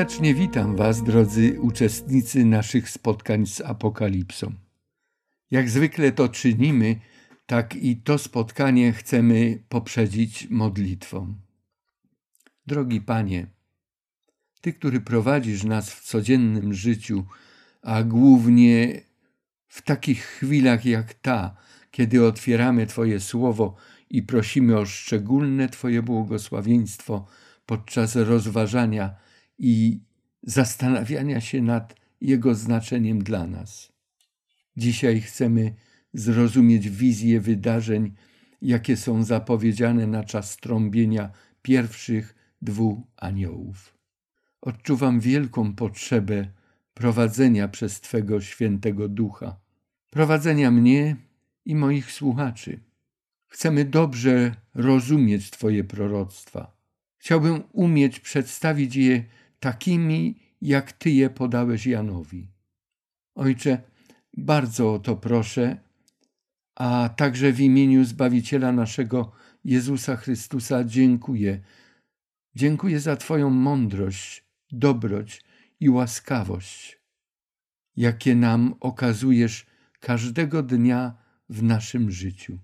Serdecznie witam Was, drodzy uczestnicy naszych spotkań z Apokalipsą. Jak zwykle to czynimy, tak i to spotkanie chcemy poprzedzić modlitwą. Drogi Panie, Ty, który prowadzisz nas w codziennym życiu, a głównie w takich chwilach jak ta, kiedy otwieramy Twoje słowo i prosimy o szczególne Twoje błogosławieństwo podczas rozważania i zastanawiania się nad jego znaczeniem dla nas. Dzisiaj chcemy zrozumieć wizję wydarzeń, jakie są zapowiedziane na czas trąbienia pierwszych 2 aniołów. Odczuwam wielką potrzebę prowadzenia przez Twego Świętego Ducha, prowadzenia mnie i moich słuchaczy. Chcemy dobrze rozumieć Twoje proroctwa. Chciałbym umieć przedstawić je takimi, jak Ty je podałeś Janowi. Ojcze, bardzo o to proszę, a także w imieniu Zbawiciela naszego Jezusa Chrystusa dziękuję. Dziękuję za Twoją mądrość, dobroć i łaskawość, jakie nam okazujesz każdego dnia w naszym życiu.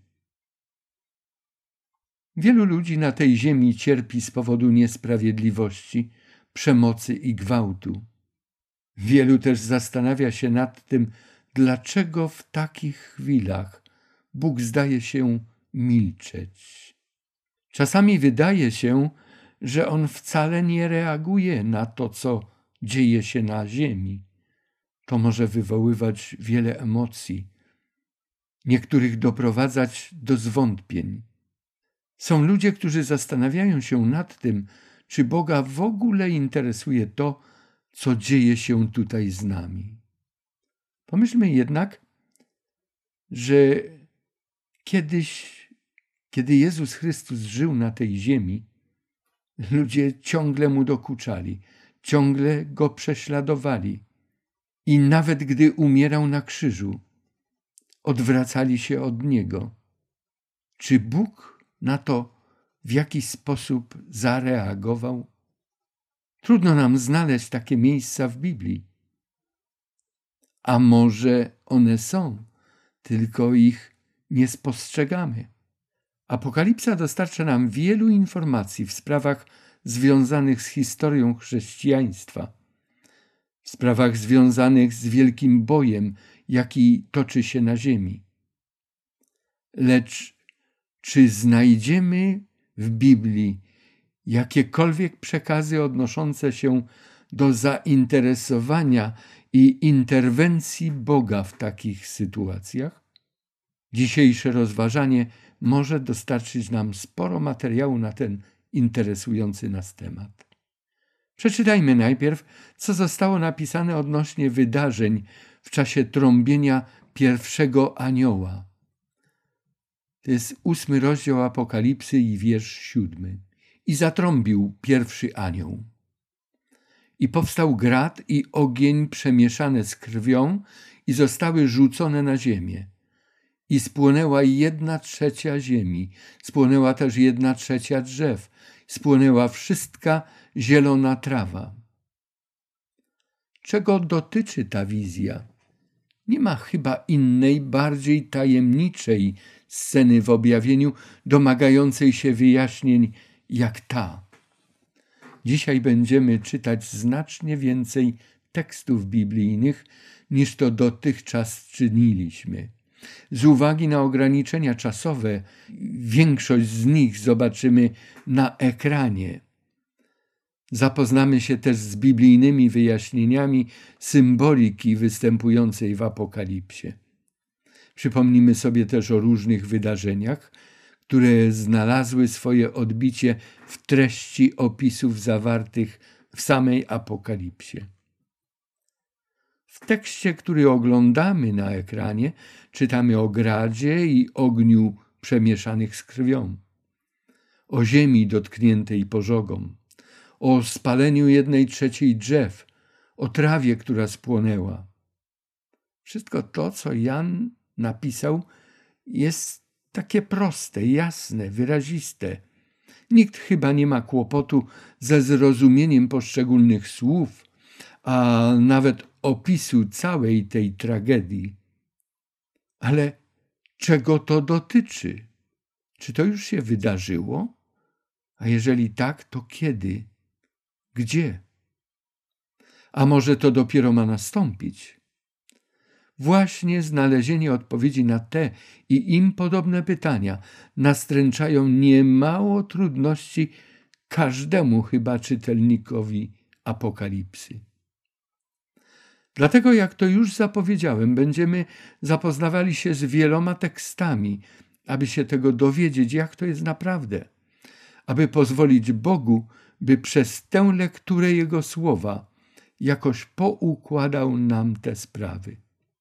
Wielu ludzi na tej ziemi cierpi z powodu niesprawiedliwości, przemocy i gwałtu. Wielu też zastanawia się nad tym, dlaczego w takich chwilach Bóg zdaje się milczeć. Czasami wydaje się, że On wcale nie reaguje na to, co dzieje się na ziemi. To może wywoływać wiele emocji, niektórych doprowadzać do zwątpień. Są ludzie, którzy zastanawiają się nad tym, czy Boga w ogóle interesuje to, co dzieje się tutaj z nami. Pomyślmy jednak, że kiedyś, kiedy Jezus Chrystus żył na tej ziemi, ludzie ciągle Mu dokuczali, ciągle Go prześladowali i nawet gdy umierał na krzyżu, odwracali się od Niego. Czy Bóg na to w jakiś sposób zareagował? Trudno nam znaleźć takie miejsca w Biblii. A może one są, tylko ich nie spostrzegamy. Apokalipsa dostarcza nam wielu informacji w sprawach związanych z historią chrześcijaństwa, w sprawach związanych z wielkim bojem, jaki toczy się na ziemi. Lecz czy znajdziemy w Biblii jakiekolwiek przekazy odnoszące się do zainteresowania i interwencji Boga w takich sytuacjach? Dzisiejsze rozważanie może dostarczyć nam sporo materiału na ten interesujący nas temat. Przeczytajmy najpierw, co zostało napisane odnośnie wydarzeń w czasie trąbienia pierwszego anioła. To jest 8 rozdział Apokalipsy i wiersz 7. I zatrąbił pierwszy anioł. I powstał grat i ogień przemieszane z krwią i zostały rzucone na ziemię. I spłonęła 1/3 ziemi, spłonęła też 1/3 drzew, spłonęła wszystka zielona trawa. Czego dotyczy ta wizja? Nie ma chyba innej, bardziej tajemniczej sceny w objawieniu, domagającej się wyjaśnień jak ta. Dzisiaj będziemy czytać znacznie więcej tekstów biblijnych, niż to dotychczas czyniliśmy. Z uwagi na ograniczenia czasowe, większość z nich zobaczymy na ekranie. Zapoznamy się też z biblijnymi wyjaśnieniami symboliki występującej w Apokalipsie. Przypomnimy sobie też o różnych wydarzeniach, które znalazły swoje odbicie w treści opisów zawartych w samej Apokalipsie. W tekście, który oglądamy na ekranie, czytamy o gradzie i ogniu przemieszanych z krwią, o ziemi dotkniętej pożogą, o spaleniu 1/3 drzew, o trawie, która spłonęła. Wszystko to, co Jan napisał, jest takie proste, jasne, wyraziste. Nikt chyba nie ma kłopotu ze zrozumieniem poszczególnych słów, a nawet opisu całej tej tragedii. Ale czego to dotyczy? Czy to już się wydarzyło? A jeżeli tak, to kiedy? Gdzie? A może to dopiero ma nastąpić? Właśnie znalezienie odpowiedzi na te i im podobne pytania nastręczają niemało trudności każdemu chyba czytelnikowi Apokalipsy. Dlatego, jak to już zapowiedziałem, będziemy zapoznawali się z wieloma tekstami, aby się tego dowiedzieć, jak to jest naprawdę, aby pozwolić Bogu, by przez tę lekturę Jego słowa jakoś poukładał nam te sprawy.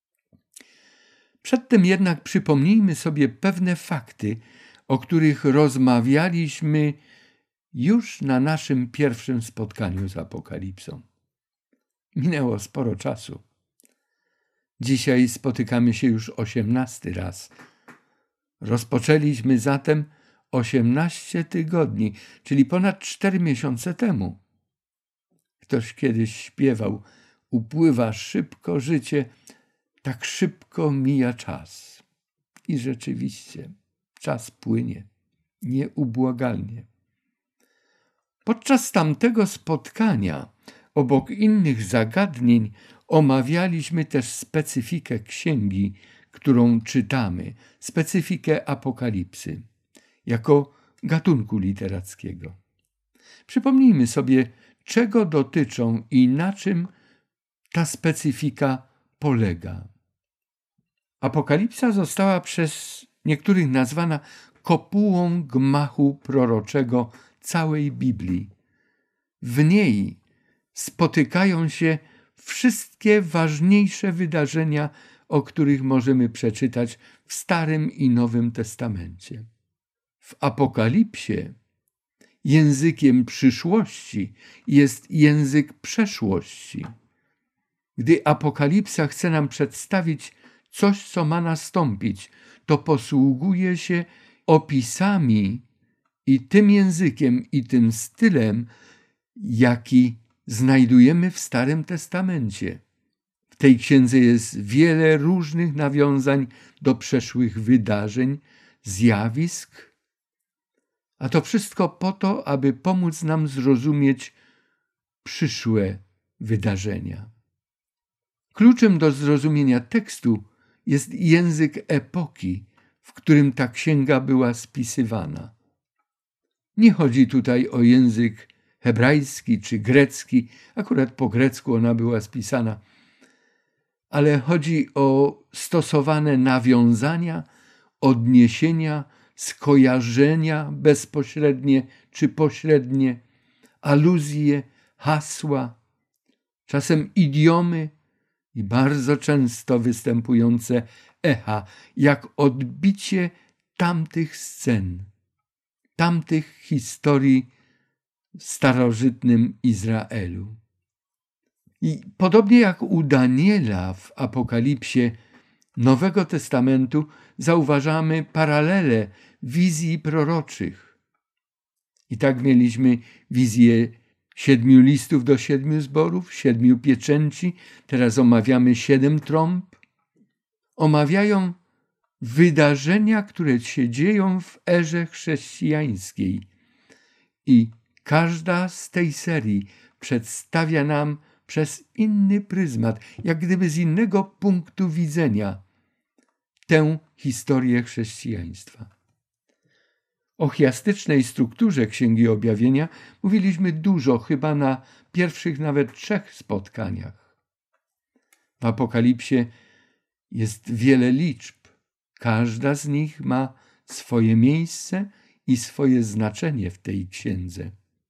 Przedtem jednak przypomnijmy sobie pewne fakty, o których rozmawialiśmy już na naszym pierwszym spotkaniu z Apokalipsą. Minęło sporo czasu. Dzisiaj spotykamy się już 18 raz. Rozpoczęliśmy zatem 18 tygodni, czyli ponad 4 miesiące temu. Ktoś kiedyś śpiewał: upływa szybko życie, tak szybko mija czas. I rzeczywiście czas płynie nieubłagalnie. Podczas tamtego spotkania, obok innych zagadnień, omawialiśmy też specyfikę księgi, którą czytamy, specyfikę Apokalipsy, jako gatunku literackiego. Przypomnijmy sobie, czego dotyczą i na czym ta specyfika polega. Apokalipsa została przez niektórych nazwana kopułą gmachu proroczego całej Biblii. W niej spotykają się wszystkie ważniejsze wydarzenia, o których możemy przeczytać w Starym i Nowym Testamencie. W Apokalipsie językiem przyszłości jest język przeszłości. Gdy Apokalipsa chce nam przedstawić coś, co ma nastąpić, to posługuje się opisami i tym językiem, i tym stylem, jaki znajdujemy w Starym Testamencie. W tej księdze jest wiele różnych nawiązań do przeszłych wydarzeń, zjawisk, a to wszystko po to, aby pomóc nam zrozumieć przyszłe wydarzenia. Kluczem do zrozumienia tekstu jest język epoki, w którym ta księga była spisywana. Nie chodzi tutaj o język hebrajski czy grecki, akurat po grecku ona była spisana, ale chodzi o stosowane nawiązania, odniesienia, skojarzenia bezpośrednie czy pośrednie, aluzje, hasła, czasem idiomy i bardzo często występujące echa, jak odbicie tamtych scen, tamtych historii w starożytnym Izraelu. I podobnie jak u Daniela w Apokalipsie Nowego Testamentu zauważamy paralele wizji proroczych. I tak mieliśmy wizję 7 listów do 7 zborów, 7 pieczęci, teraz omawiamy 7 trąb. Omawiają wydarzenia, które się dzieją w erze chrześcijańskiej. I każda z tej serii przedstawia nam przez inny pryzmat, jak gdyby z innego punktu widzenia, tę historię chrześcijaństwa. O chiastycznej strukturze Księgi Objawienia mówiliśmy dużo, chyba na pierwszych nawet 3 spotkaniach. W Apokalipsie jest wiele liczb. Każda z nich ma swoje miejsce i swoje znaczenie w tej księdze.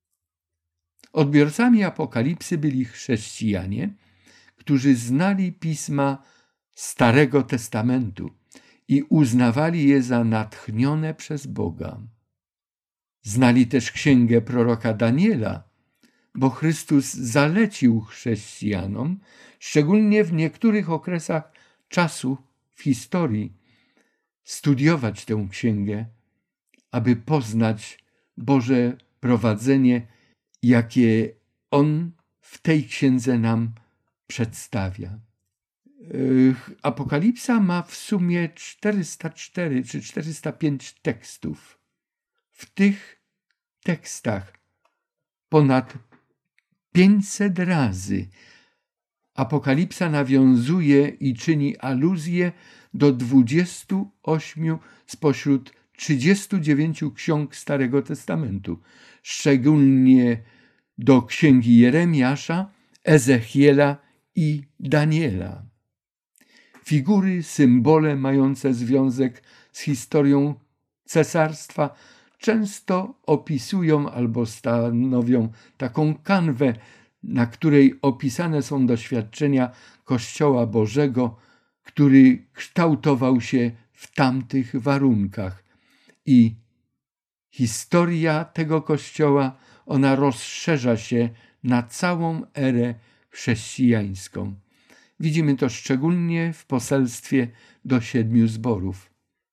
Odbiorcami Apokalipsy byli chrześcijanie, którzy znali pisma Starego Testamentu i uznawali je za natchnione przez Boga. Znali też księgę proroka Daniela, bo Chrystus zalecił chrześcijanom, szczególnie w niektórych okresach czasu w historii, studiować tę księgę, aby poznać Boże prowadzenie, jakie On w tej księdze nam przedstawia. Apokalipsa ma w sumie 404 czy 405 tekstów. W tych tekstach ponad 500 razy Apokalipsa nawiązuje i czyni aluzję do 28 spośród 39 ksiąg Starego Testamentu, szczególnie do księgi Jeremiasza, Ezechiela i Daniela. Figury, symbole mające związek z historią cesarstwa często opisują albo stanowią taką kanwę, na której opisane są doświadczenia Kościoła Bożego, który kształtował się w tamtych warunkach. I historia tego Kościoła, ona rozszerza się na całą erę chrześcijańską. Widzimy to szczególnie w poselstwie do 7 zborów.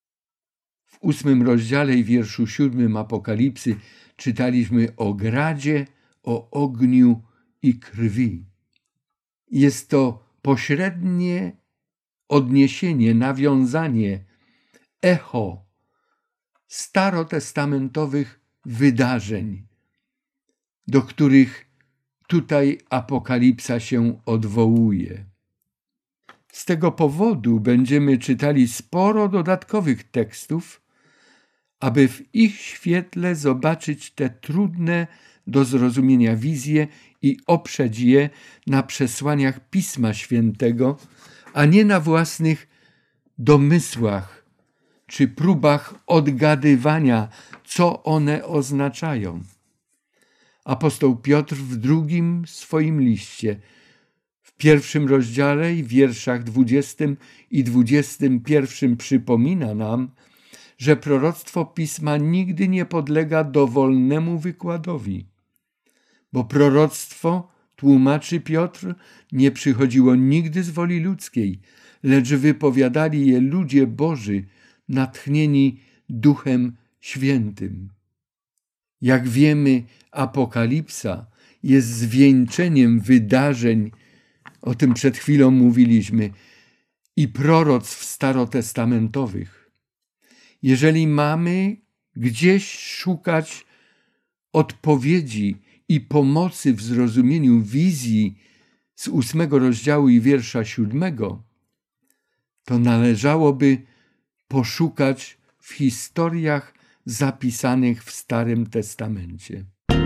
W 8 rozdziale i wierszu 7 Apokalipsy czytaliśmy o gradzie, o ogniu i krwi. Jest to pośrednie odniesienie, nawiązanie, echo starotestamentowych wydarzeń, do których tutaj Apokalipsa się odwołuje. Z tego powodu będziemy czytali sporo dodatkowych tekstów, aby w ich świetle zobaczyć te trudne do zrozumienia wizje i oprzeć je na przesłaniach Pisma Świętego, a nie na własnych domysłach czy próbach odgadywania, co one oznaczają. Apostoł Piotr w 2 swoim liście, w 1 rozdziale i wierszach 20 i 21 przypomina nam, że proroctwo Pisma nigdy nie podlega dowolnemu wykładowi, bo proroctwo, tłumaczy Piotr, nie przychodziło nigdy z woli ludzkiej, lecz wypowiadali je ludzie Boży, natchnieni Duchem Świętym. Jak wiemy, Apokalipsa jest zwieńczeniem wydarzeń, o tym przed chwilą mówiliśmy, i proroctw starotestamentowych. Jeżeli mamy gdzieś szukać odpowiedzi i pomocy w zrozumieniu wizji z 8 rozdziału i wiersza 7, to należałoby poszukać w historiach zapisanych w Starym Testamencie.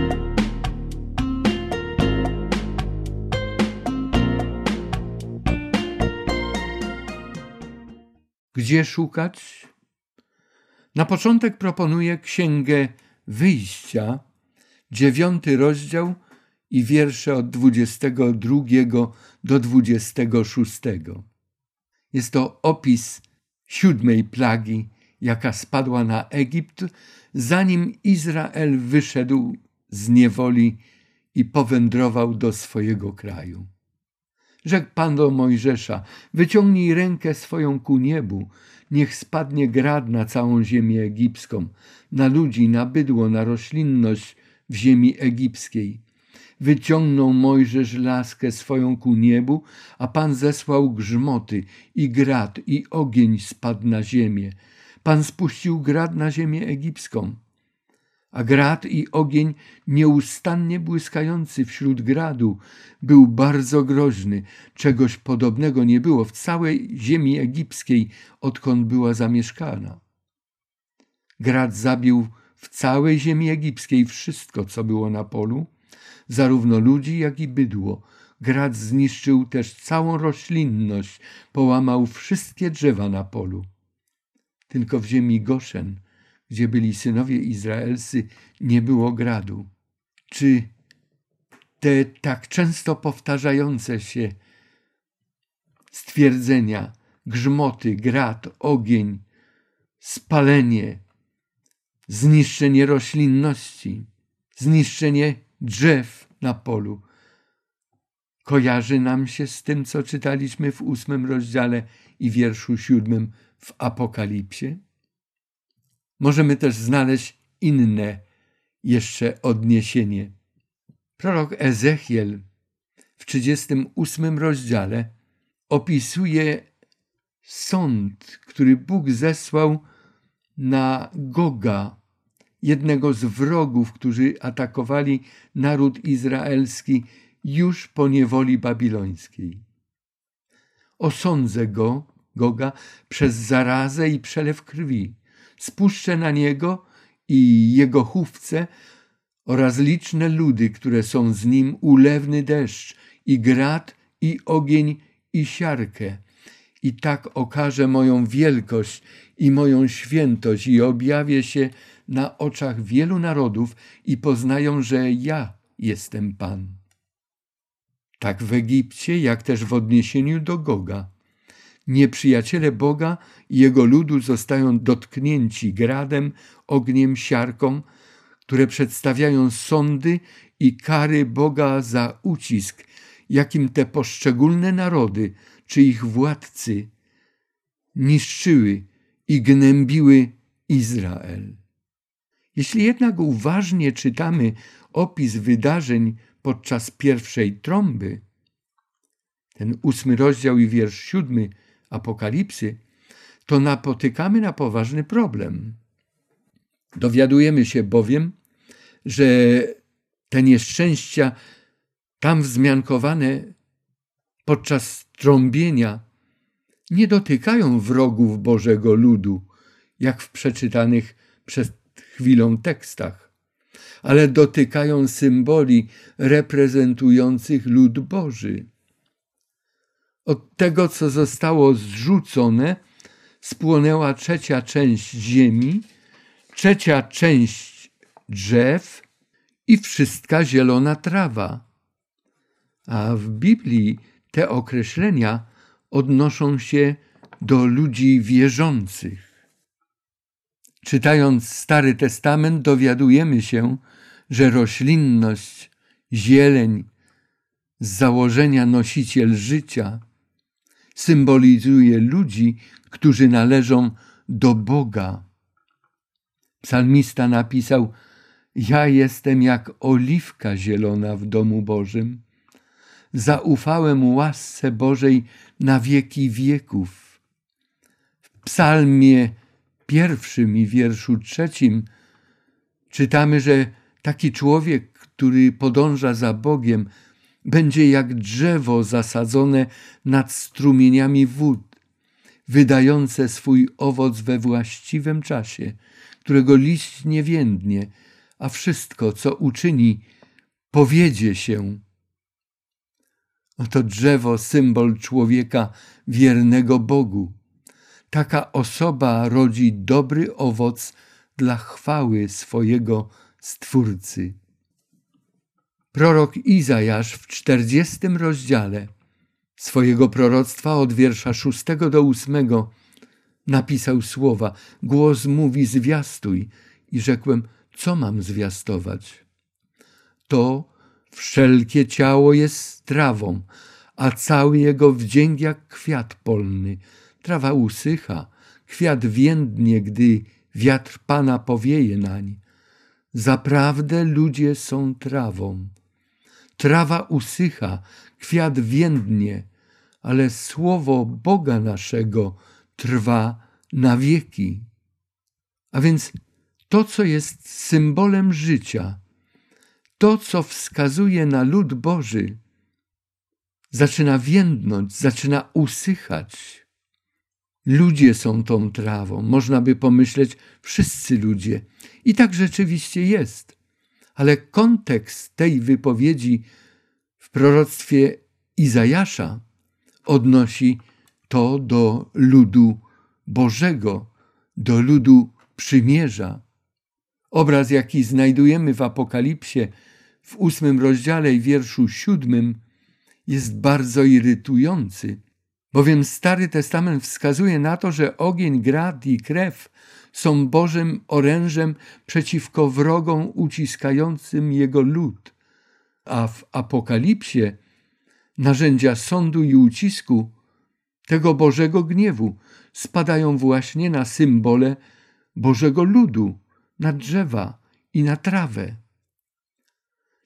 Gdzie szukać? Na początek proponuję Księgę Wyjścia, 9 rozdział i wiersze od 22 do 26. Jest to opis 7 plagi, jaka spadła na Egipt, zanim Izrael wyszedł z niewoli i powędrował do swojego kraju. Rzekł Pan do Mojżesza: wyciągnij rękę swoją ku niebu, niech spadnie grad na całą ziemię egipską, na ludzi, na bydło, na roślinność w ziemi egipskiej. Wyciągnął Mojżesz laskę swoją ku niebu, a Pan zesłał grzmoty i grad i ogień spadł na ziemię. Pan spuścił grad na ziemię egipską, a grad i ogień nieustannie błyskający wśród gradu był bardzo groźny. Czegoś podobnego nie było w całej ziemi egipskiej, odkąd była zamieszkana. Grad zabił w całej ziemi egipskiej wszystko, co było na polu, zarówno ludzi, jak i bydło. Grad zniszczył też całą roślinność, połamał wszystkie drzewa na polu. Tylko w ziemi Goszen, gdzie byli synowie izraelscy, nie było gradu. Czy te tak często powtarzające się stwierdzenia, grzmoty, grad, ogień, spalenie, zniszczenie roślinności, zniszczenie drzew na polu, kojarzy nam się z tym, co czytaliśmy w 8 rozdziale i wierszu 7 w Apokalipsie? Możemy też znaleźć inne jeszcze odniesienie. Prorok Ezechiel w 38 rozdziale opisuje sąd, który Bóg zesłał na Goga, jednego z wrogów, którzy atakowali naród izraelski już po niewoli babilońskiej. Osądzę Goga przez zarazę i przelew krwi. Spuszczę na niego i jego chówce oraz liczne ludy, które są z nim, ulewny deszcz i grad i ogień i siarkę. I tak okażę moją wielkość i moją świętość i objawię się na oczach wielu narodów i poznają, że ja jestem Pan. Tak w Egipcie, jak też w odniesieniu do Goga. Nieprzyjaciele Boga i Jego ludu zostają dotknięci gradem, ogniem, siarką, które przedstawiają sądy i kary Boga za ucisk, jakim te poszczególne narody czy ich władcy niszczyły i gnębiły Izrael. Jeśli jednak uważnie czytamy opis wydarzeń podczas pierwszej trąby, ten 8 rozdział i wiersz 7 Apokalipsy, to napotykamy na poważny problem. Dowiadujemy się bowiem, że te nieszczęścia tam wzmiankowane podczas trąbienia nie dotykają wrogów Bożego ludu, jak w przeczytanych przed chwilą tekstach, ale dotykają symboli reprezentujących lud Boży. Od tego, co zostało zrzucone, spłonęła 3. część ziemi, 3. część drzew i wszystka zielona trawa. A w Biblii te określenia odnoszą się do ludzi wierzących. Czytając Stary Testament dowiadujemy się, że roślinność, zieleń, z założenia nosiciel życia, symbolizuje ludzi, którzy należą do Boga. Psalmista napisał: ja jestem jak oliwka zielona w domu Bożym. Zaufałem łasce Bożej na wieki wieków. W Psalmie 1 i wierszu 3 czytamy, że taki człowiek, który podąża za Bogiem, będzie jak drzewo zasadzone nad strumieniami wód, wydające swój owoc we właściwym czasie, którego liść nie więdnie, a wszystko, co uczyni, powiedzie się. Oto drzewo, symbol człowieka wiernego Bogu. Taka osoba rodzi dobry owoc dla chwały swojego Stwórcy. Prorok Izajasz w 40 rozdziale swojego proroctwa od wiersza 6 do 8 napisał słowa: głos mówi: zwiastuj. I rzekłem: co mam zwiastować? To wszelkie ciało jest trawą, a cały jego wdzięk jak kwiat polny. Trawa usycha, kwiat więdnie, gdy wiatr Pana powieje nań. Zaprawdę ludzie są trawą. Trawa usycha, kwiat więdnie, ale słowo Boga naszego trwa na wieki. A więc to, co jest symbolem życia, to, co wskazuje na lud Boży, zaczyna więdnąć, zaczyna usychać. Ludzie są tą trawą. Można by pomyśleć, wszyscy ludzie. I tak rzeczywiście jest. Ale kontekst tej wypowiedzi w proroctwie Izajasza odnosi to do ludu Bożego, do ludu przymierza. Obraz, jaki znajdujemy w Apokalipsie w 8 rozdziale i wierszu 7, jest bardzo irytujący, bowiem Stary Testament wskazuje na to, że ogień, grad i krew są Bożym orężem przeciwko wrogom uciskającym jego lud, a w Apokalipsie narzędzia sądu i ucisku tego Bożego gniewu spadają właśnie na symbole Bożego ludu, na drzewa i na trawę.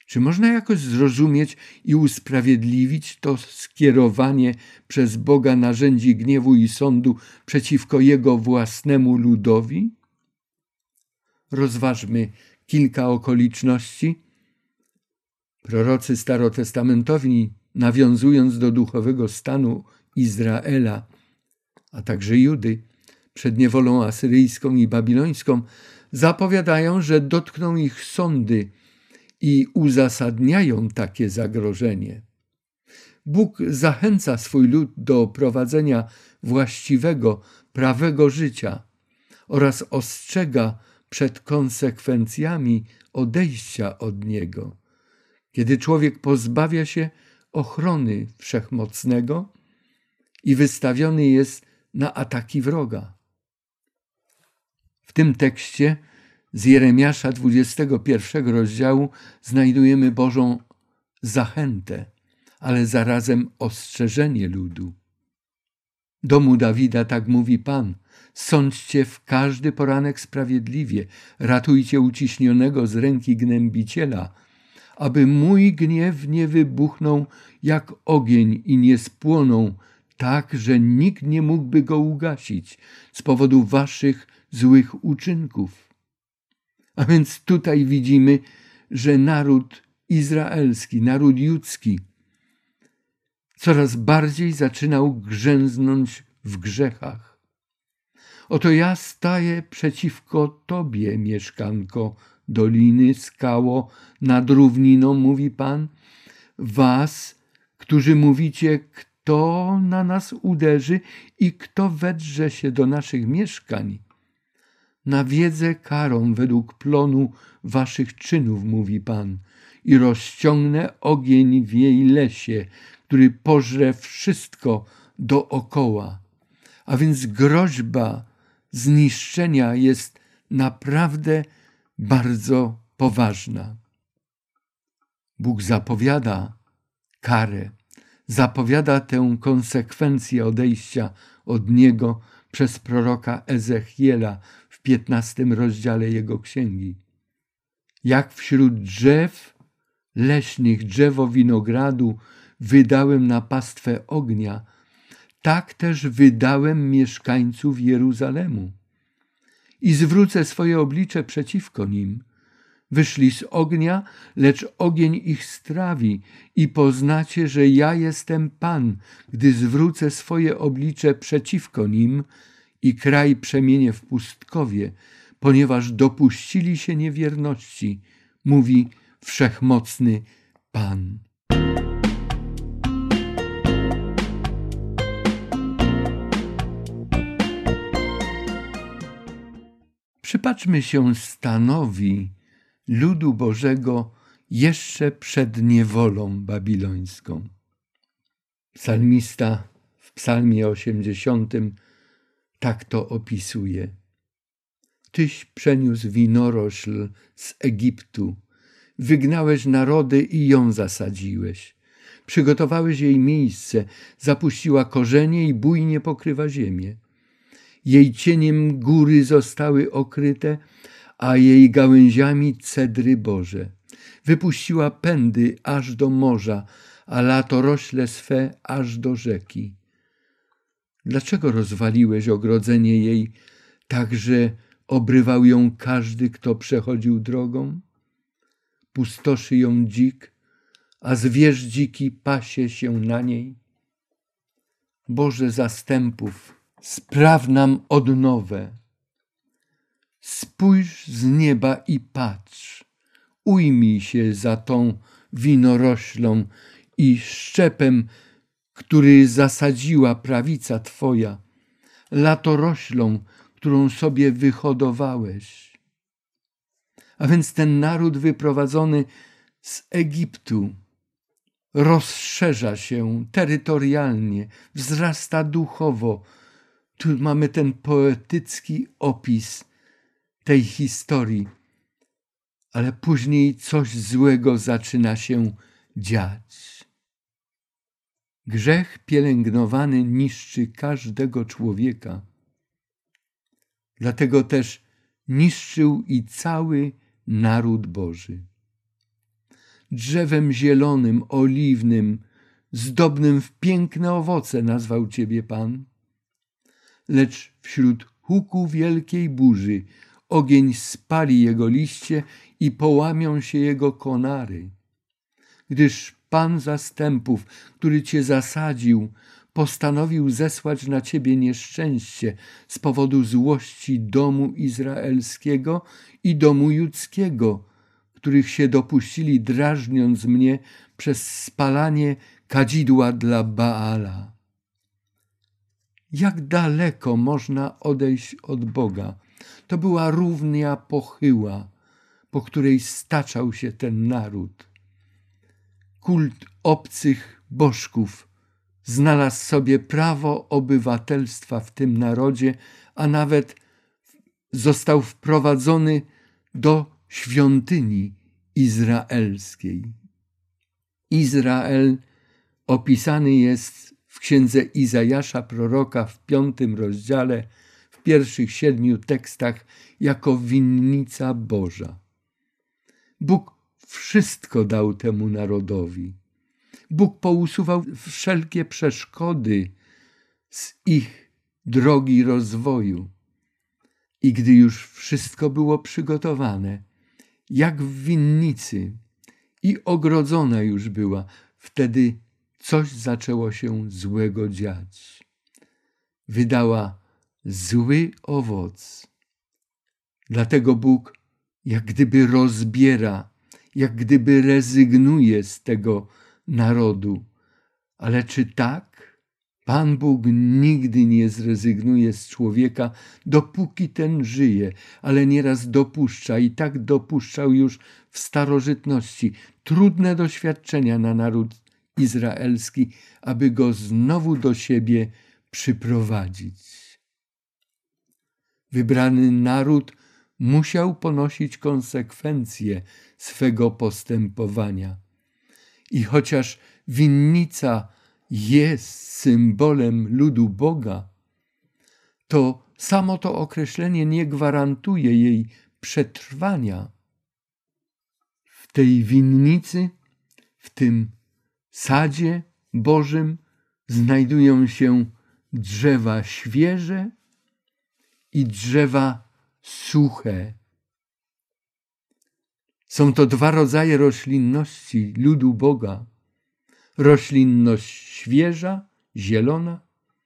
Czy można jakoś zrozumieć i usprawiedliwić to skierowanie przez Boga narzędzi gniewu i sądu przeciwko Jego własnemu ludowi? Rozważmy kilka okoliczności. Prorocy starotestamentowi, nawiązując do duchowego stanu Izraela, a także Judy, przed niewolą asyryjską i babilońską, zapowiadają, że dotkną ich sądy i uzasadniają takie zagrożenie. Bóg zachęca swój lud do prowadzenia właściwego, prawego życia oraz ostrzega przed konsekwencjami odejścia od Niego, kiedy człowiek pozbawia się ochrony Wszechmocnego i wystawiony jest na ataki wroga. W tym tekście z Jeremiasza 21 rozdziału znajdujemy Bożą zachętę, ale zarazem ostrzeżenie ludu. Domu Dawida tak mówi Pan: sądźcie w każdy poranek sprawiedliwie, ratujcie uciśnionego z ręki gnębiciela, aby mój gniew nie wybuchnął jak ogień i nie spłonął tak, że nikt nie mógłby go ugasić z powodu waszych złych uczynków. A więc tutaj widzimy, że naród izraelski, naród judzki coraz bardziej zaczynał grzęznąć w grzechach. Oto ja staję przeciwko tobie, mieszkanko doliny, skało nad równiną, mówi Pan, was, którzy mówicie, kto na nas uderzy i kto wedrze się do naszych mieszkań. Nawiedzę karą według plonu waszych czynów, mówi Pan, i rozciągnę ogień w jej lesie, który pożre wszystko dookoła. A więc groźba zniszczenia jest naprawdę bardzo poważna. Bóg zapowiada karę, zapowiada tę konsekwencję odejścia od Niego przez proroka Ezechiela w 15 rozdziale jego księgi. Jak wśród drzew leśnych drzewo winogradu wydałem na pastwę ognia, tak też wydałem mieszkańców Jeruzalemu. I zwrócę swoje oblicze przeciwko nim. Wyszli z ognia, lecz ogień ich strawi i poznacie, że ja jestem Pan, gdy zwrócę swoje oblicze przeciwko nim i kraj przemienię w pustkowie, ponieważ dopuścili się niewierności, mówi Wszechmocny Pan. Przypatrzmy się stanowi ludu Bożego jeszcze przed niewolą babilońską. Psalmista w psalmie 80 tak to opisuje. Tyś przeniósł winorośl z Egiptu, wygnałeś narody i ją zasadziłeś. Przygotowałeś jej miejsce, zapuściła korzenie i bujnie pokrywa ziemię. Jej cieniem góry zostały okryte, a jej gałęziami cedry Boże. Wypuściła pędy aż do morza, a latorośle swe aż do rzeki. Dlaczego rozwaliłeś ogrodzenie jej, tak że obrywał ją każdy, kto przechodził drogą? Pustoszy ją dzik, a zwierz dziki pasie się na niej. Boże zastępów, spraw nam odnowę. Spójrz z nieba i patrz. Ujmij się za tą winoroślą i szczepem, który zasadziła prawica Twoja, latoroślą, którą sobie wyhodowałeś. A więc ten naród wyprowadzony z Egiptu rozszerza się terytorialnie, wzrasta duchowo. Tu mamy ten poetycki opis tej historii, ale później coś złego zaczyna się dziać. Grzech pielęgnowany niszczy każdego człowieka. Dlatego też niszczył i cały naród Boży. drzewem zielonym, oliwnym, zdobnym w piękne owoce nazwał ciebie Pan. Lecz wśród huku wielkiej burzy ogień spali jego liście i połamią się jego konary. Gdyż Pan zastępów, który cię zasadził, postanowił zesłać na ciebie nieszczęście z powodu złości domu izraelskiego i domu judzkiego, których się dopuścili, drażniąc mnie przez spalanie kadzidła dla Baala. Jak daleko można odejść od Boga? To była równia pochyła, po której staczał się ten naród. Kult obcych bożków znalazł sobie prawo obywatelstwa w tym narodzie, a nawet został wprowadzony do świątyni izraelskiej. Izrael opisany jest w księdze Izajasza proroka w 5 rozdziale, w pierwszych 7 tekstach jako winnica Boża. Bóg wszystko dał temu narodowi. Bóg pousuwał wszelkie przeszkody z ich drogi rozwoju. I gdy już wszystko było przygotowane, jak w winnicy, i ogrodzona już była, wtedy coś zaczęło się złego dziać. Wydała zły owoc. Dlatego Bóg jak gdyby rozbiera, jak gdyby rezygnuje z tego narodu. Ale czy tak? Pan Bóg nigdy nie zrezygnuje z człowieka, dopóki ten żyje, ale nieraz dopuszcza i tak dopuszczał już w starożytności trudne doświadczenia na naród izraelski, aby go znowu do siebie przyprowadzić. Wybrany naród musiał ponosić konsekwencje swego postępowania. I chociaż winnica jest symbolem ludu Boga, to samo to określenie nie gwarantuje jej przetrwania. W tej winnicy, w tym sadzie Bożym znajdują się drzewa świeże i drzewa suche. Są to 2 rodzaje roślinności ludu Boga. Roślinność świeża, zielona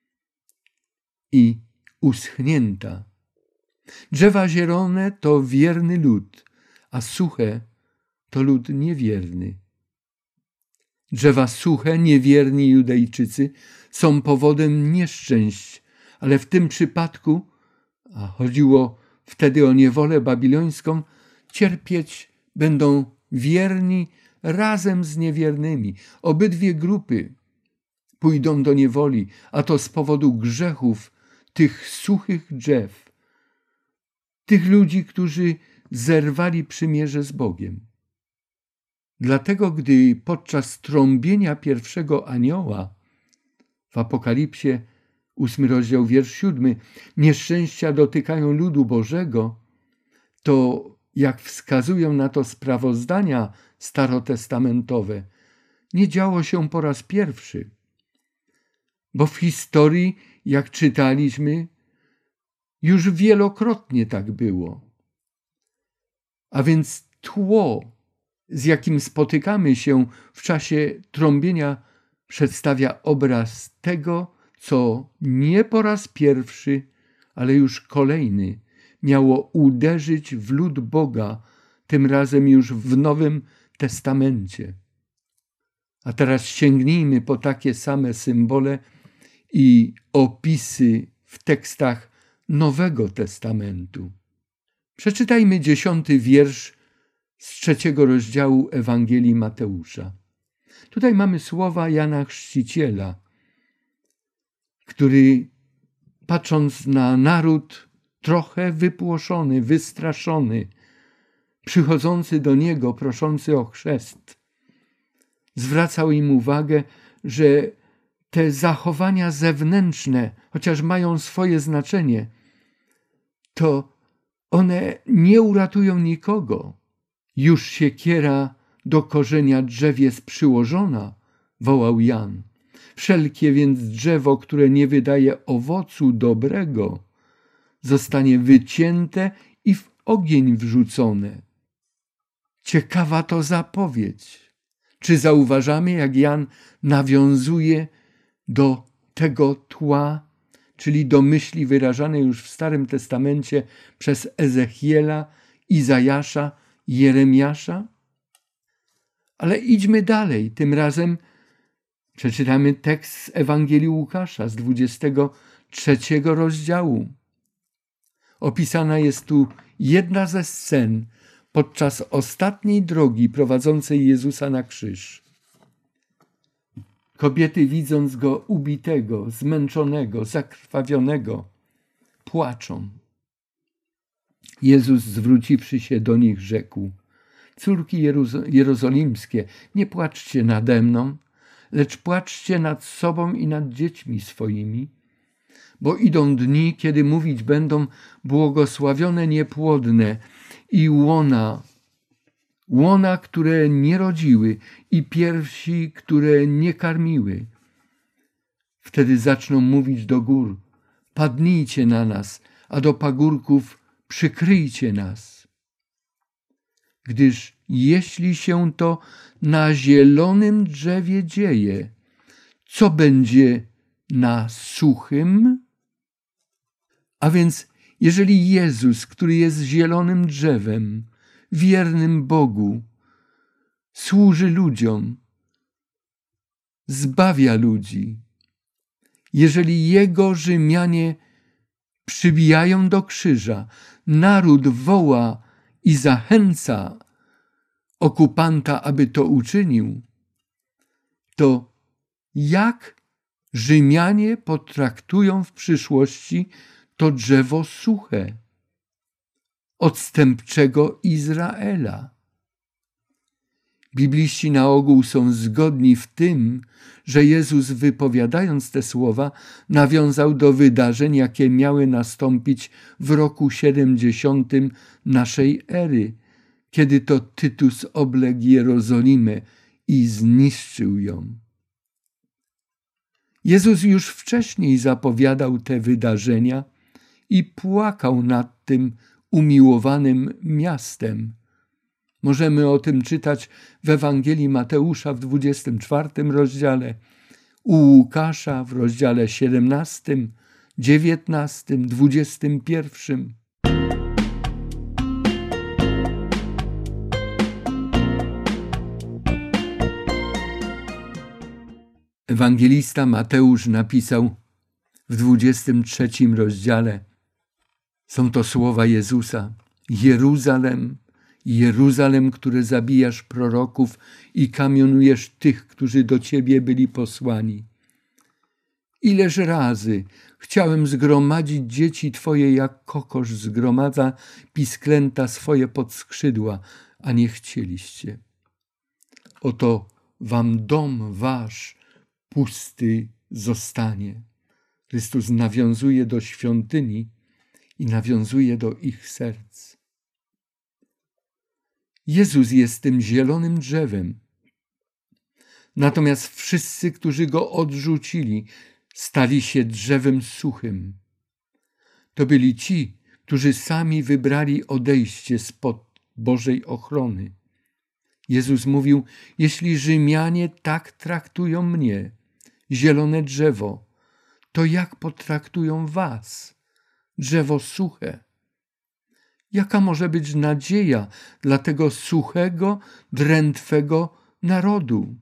i uschnięta. Drzewa zielone to wierny lud, a suche to lud niewierny. Drzewa suche, niewierni Judejczycy są powodem nieszczęść, ale w tym przypadku, a chodziło wtedy o niewolę babilońską, cierpieć będą wierni razem z niewiernymi. Obydwie grupy pójdą do niewoli, a to z powodu grzechów tych suchych drzew, tych ludzi, którzy zerwali przymierze z Bogiem. Dlatego, gdy podczas trąbienia pierwszego anioła w Apokalipsie 8 rozdział, wiersz 7, nieszczęścia dotykają ludu Bożego, to jak wskazują na to sprawozdania starotestamentowe, nie działo się po raz pierwszy. Bo w historii, jak czytaliśmy, już wielokrotnie tak było. A więc tło, z jakim spotykamy się w czasie trąbienia, przedstawia obraz tego, co nie po raz pierwszy, ale już kolejny miało uderzyć w lud Boga, tym razem już w Nowym Testamencie. A teraz sięgnijmy po takie same symbole i opisy w tekstach Nowego Testamentu. Przeczytajmy 10 wiersz z 3 rozdziału Ewangelii Mateusza. Tutaj mamy słowa Jana Chrzciciela, który, patrząc na naród trochę wypłoszony, wystraszony, przychodzący do niego, proszący o chrzest, zwracał im uwagę, że te zachowania zewnętrzne, chociaż mają swoje znaczenie, to one nie uratują nikogo. Już siekiera do korzenia drzew jest przyłożona, wołał Jan. Wszelkie więc drzewo, które nie wydaje owocu dobrego, zostanie wycięte i w ogień wrzucone. Ciekawa to zapowiedź. Czy zauważamy, jak Jan nawiązuje do tego tła, czyli do myśli wyrażanej już w Starym Testamencie przez Ezechiela, Izajasza, Jeremiasza? Ale idźmy dalej. Tym razem przeczytamy tekst z Ewangelii Łukasza z 23 rozdziału. Opisana jest tu jedna ze scen podczas ostatniej drogi prowadzącej Jezusa na krzyż. Kobiety, widząc Go ubitego, zmęczonego, zakrwawionego, płaczą. Jezus, zwróciwszy się do nich, rzekł: Córki jerozolimskie, nie płaczcie nade mną, lecz płaczcie nad sobą i nad dziećmi swoimi, bo idą dni, kiedy mówić będą: błogosławione niepłodne i łona, które nie rodziły, i piersi, które nie karmiły. Wtedy zaczną mówić do gór: padnijcie na nas, a do pagórków: przykryjcie nas. Gdyż jeśli się to na zielonym drzewie dzieje, co będzie na suchym? A więc jeżeli Jezus, który jest zielonym drzewem, wiernym Bogu, służy ludziom, zbawia ludzi, jeżeli Jego Rzymianie przybijają do krzyża, naród woła i zachęca okupanta, aby to uczynił, to jak Rzymianie potraktują w przyszłości to drzewo suche, odstępczego Izraela? Bibliści na ogół są zgodni w tym, że Jezus, wypowiadając te słowa, nawiązał do wydarzeń, jakie miały nastąpić w roku 70 naszej ery, kiedy to Tytus obległ Jerozolimę i zniszczył ją. Jezus już wcześniej zapowiadał te wydarzenia i płakał nad tym umiłowanym miastem. Możemy o tym czytać w Ewangelii Mateusza w 24 rozdziale, u Łukasza w rozdziale 17, 19, 21. Ewangelista Mateusz napisał w 23 rozdziale, są to słowa Jezusa: Jeruzalem, Jeruzalem, które zabijasz proroków i kamionujesz tych, którzy do Ciebie byli posłani. Ileż razy chciałem zgromadzić dzieci Twoje, jak kokosz zgromadza pisklęta swoje pod skrzydła, a nie chcieliście. Oto wam dom wasz pusty zostanie. Chrystus nawiązuje do świątyni i nawiązuje do ich serc. Jezus jest tym zielonym drzewem. Natomiast wszyscy, którzy Go odrzucili, stali się drzewem suchym. To byli ci, którzy sami wybrali odejście spod Bożej ochrony. Jezus mówił: jeśli Rzymianie tak traktują mnie, zielone drzewo, to jak potraktują was, drzewo suche? Jaka może być nadzieja dla tego suchego, drętwego narodu?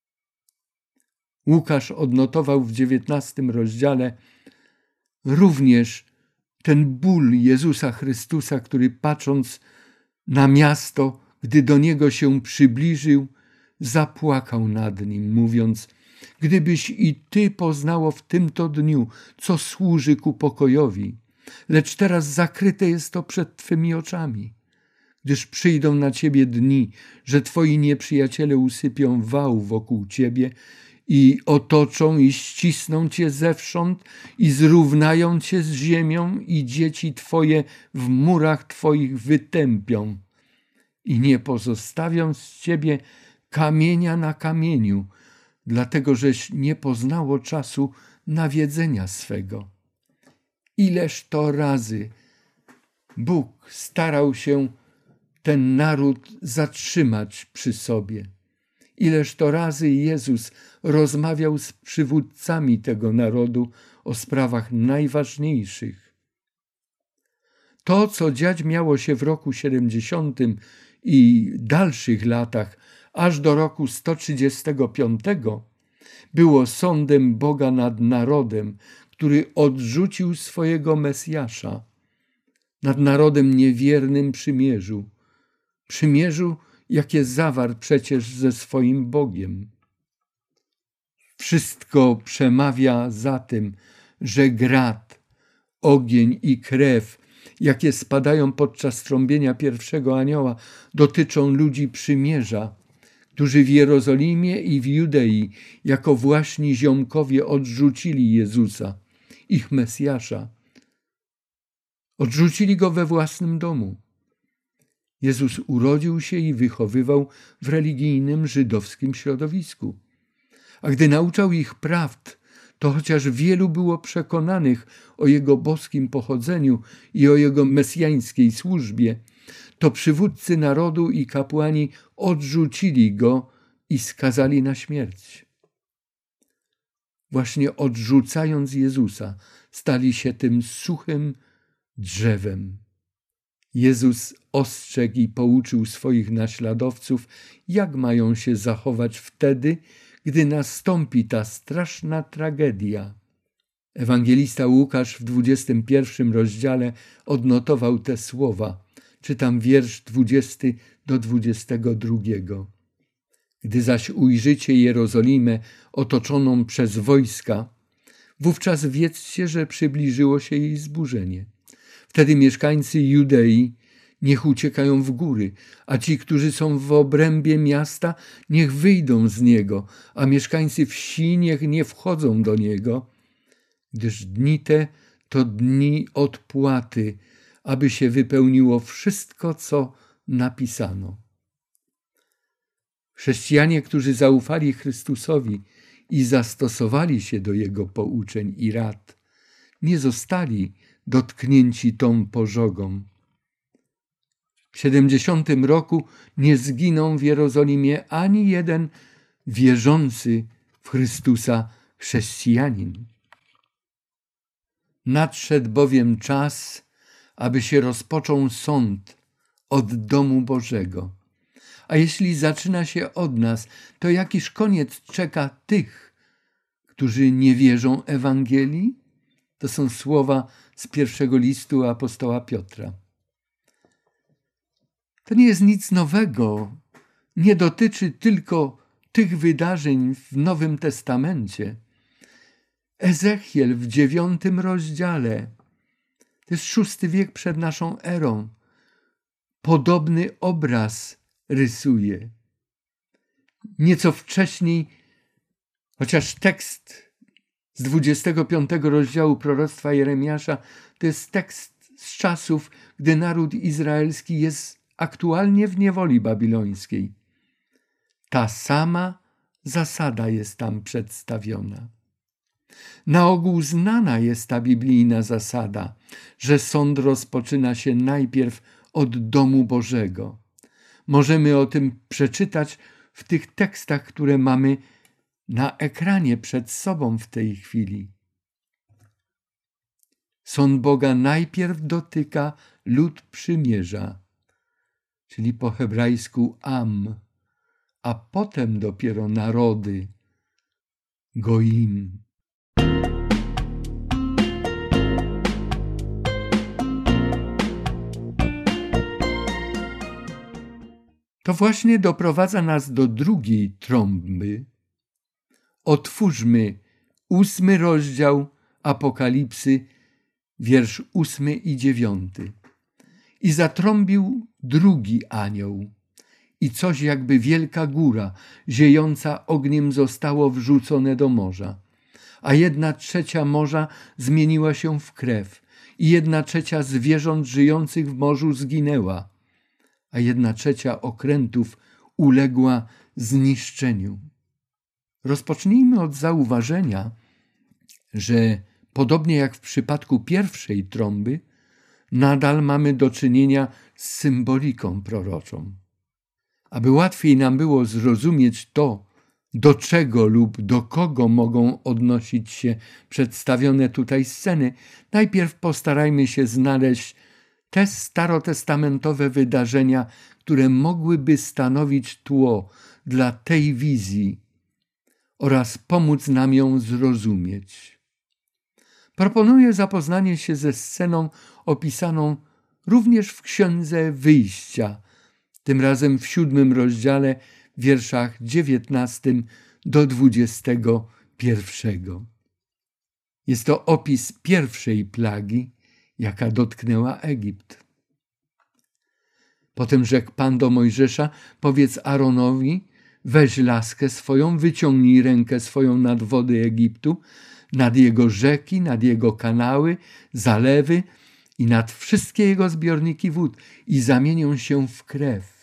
Łukasz odnotował w 19 rozdziale również ten ból Jezusa Chrystusa, który patrząc na miasto, gdy do niego się przybliżył, zapłakał nad nim, mówiąc: gdybyś i ty poznało w tymto dniu, co służy ku pokojowi, lecz teraz zakryte jest to przed twymi oczami. Gdyż przyjdą na ciebie dni, że twoi nieprzyjaciele usypią wał wokół ciebie i otoczą i ścisną cię zewsząd i zrównają cię z ziemią i dzieci twoje w murach twoich wytępią i nie pozostawią z ciebie kamienia na kamieniu, dlatego żeś nie poznało czasu nawiedzenia swego. Ileż to razy Bóg starał się ten naród zatrzymać przy sobie. Ileż to razy Jezus rozmawiał z przywódcami tego narodu o sprawach najważniejszych. To, co dziać miało się w roku 70 i dalszych latach, aż do roku 135, było sądem Boga nad narodem, który odrzucił swojego Mesjasza, nad narodem niewiernym przymierzu, jakie zawarł przecież ze swoim Bogiem. Wszystko przemawia za tym, że grat, ogień i krew, jakie spadają podczas trąbienia pierwszego anioła, dotyczą ludzi przymierza, którzy w Jerozolimie i w Judei jako właśnie ziomkowie odrzucili Jezusa, ich Mesjasza. Odrzucili Go we własnym domu. Jezus urodził się i wychowywał w religijnym żydowskim środowisku. A gdy nauczał ich prawd, to chociaż wielu było przekonanych o Jego boskim pochodzeniu i o Jego mesjańskiej służbie, to przywódcy narodu i kapłani odrzucili Go i skazali na śmierć. Właśnie odrzucając Jezusa, stali się tym suchym drzewem. Jezus ostrzegł i pouczył swoich naśladowców, jak mają się zachować wtedy, gdy nastąpi ta straszna tragedia. Ewangelista Łukasz w 21 rozdziale odnotował te słowa. Czytam wiersz 20 do 22. Gdy zaś ujrzycie Jerozolimę otoczoną przez wojska, wówczas wiedzcie, że przybliżyło się jej zburzenie. Wtedy mieszkańcy Judei niech uciekają w góry, a ci, którzy są w obrębie miasta, niech wyjdą z niego, a mieszkańcy wsi niech nie wchodzą do niego, gdyż dni te to dni odpłaty, aby się wypełniło wszystko, co napisano. Chrześcijanie, którzy zaufali Chrystusowi i zastosowali się do Jego pouczeń i rad, nie zostali dotknięci tą pożogą. W 70 roku nie zginął w Jerozolimie ani jeden wierzący w Chrystusa chrześcijanin. Nadszedł bowiem czas, aby się rozpoczął sąd od domu Bożego. A jeśli zaczyna się od nas, to jakiż koniec czeka tych, którzy nie wierzą Ewangelii? To są słowa z pierwszego listu apostoła Piotra. To nie jest nic nowego. Nie dotyczy tylko tych wydarzeń w Nowym Testamencie. Ezechiel w 9 rozdziale, to jest VI wiek przed naszą erą, podobny obraz rysuje. Nieco wcześniej, chociaż tekst z 25 rozdziału proroctwa Jeremiasza to jest tekst z czasów, gdy naród izraelski jest aktualnie w niewoli babilońskiej. Ta sama zasada jest tam przedstawiona. Na ogół znana jest ta biblijna zasada, że sąd rozpoczyna się najpierw od domu Bożego. Możemy o tym przeczytać w tych tekstach, które mamy na ekranie przed sobą w tej chwili. Sąd Boga najpierw dotyka lud przymierza, czyli po hebrajsku am, a potem dopiero narody, goim. To właśnie doprowadza nas do drugiej trąby. Otwórzmy 8 rozdział Apokalipsy, wiersz 8 i 9. I zatrąbił drugi anioł, i coś jakby wielka góra, ziejąca ogniem, zostało wrzucone do morza. A 1/3 morza zmieniła się w krew i 1/3 zwierząt żyjących w morzu zginęła. a 1/3 okrętów uległa zniszczeniu. Rozpocznijmy od zauważenia, że podobnie jak w przypadku pierwszej trąby, nadal mamy do czynienia z symboliką proroczą. Aby łatwiej nam było zrozumieć to, do czego lub do kogo mogą odnosić się przedstawione tutaj sceny, najpierw postarajmy się znaleźć te starotestamentowe wydarzenia, które mogłyby stanowić tło dla tej wizji oraz pomóc nam ją zrozumieć. Proponuję zapoznanie się ze sceną opisaną również w Księdze Wyjścia, tym razem w 7 rozdziale, wierszach 19 do 21. Jest to opis pierwszej plagi, jaka dotknęła Egipt. Potem rzekł Pan do Mojżesza: powiedz Aaronowi, weź laskę swoją, wyciągnij rękę swoją nad wody Egiptu, nad jego rzeki, nad jego kanały, zalewy i nad wszystkie jego zbiorniki wód i zamienią się w krew.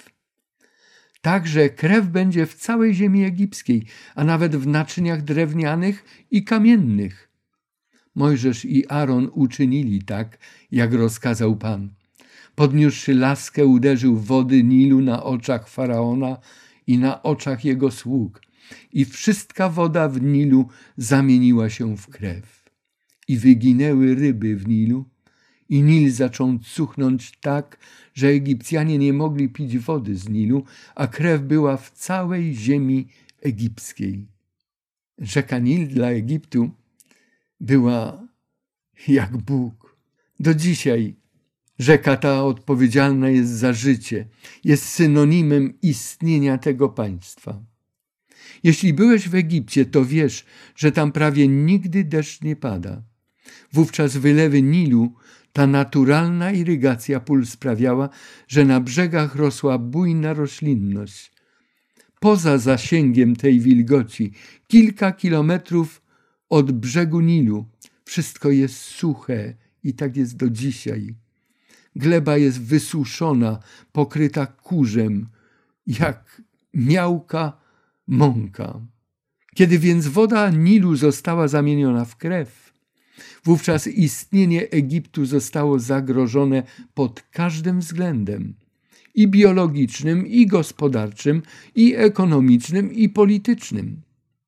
Także krew będzie w całej ziemi egipskiej, a nawet w naczyniach drewnianych i kamiennych. Mojżesz i Aaron uczynili tak, jak rozkazał Pan. Podniósłszy laskę, uderzył w wody Nilu na oczach Faraona i na oczach jego sług. I wszystka woda w Nilu zamieniła się w krew. I wyginęły ryby w Nilu. I Nil zaczął cuchnąć tak, że Egipcjanie nie mogli pić wody z Nilu, a krew była w całej ziemi egipskiej. Rzeka Nil dla Egiptu była jak Bóg. Do dzisiaj rzeka ta odpowiedzialna jest za życie, jest synonimem istnienia tego państwa. Jeśli byłeś w Egipcie, to wiesz, że tam prawie nigdy deszcz nie pada. Wówczas wylewy Nilu, ta naturalna irygacja pól sprawiała, że na brzegach rosła bujna roślinność. Poza zasięgiem tej wilgoci, kilka kilometrów od brzegu Nilu, wszystko jest suche i tak jest do dzisiaj. Gleba jest wysuszona, pokryta kurzem, jak miałka mąka. Kiedy więc woda Nilu została zamieniona w krew, wówczas istnienie Egiptu zostało zagrożone pod każdym względem, i biologicznym, i gospodarczym, i ekonomicznym, i politycznym.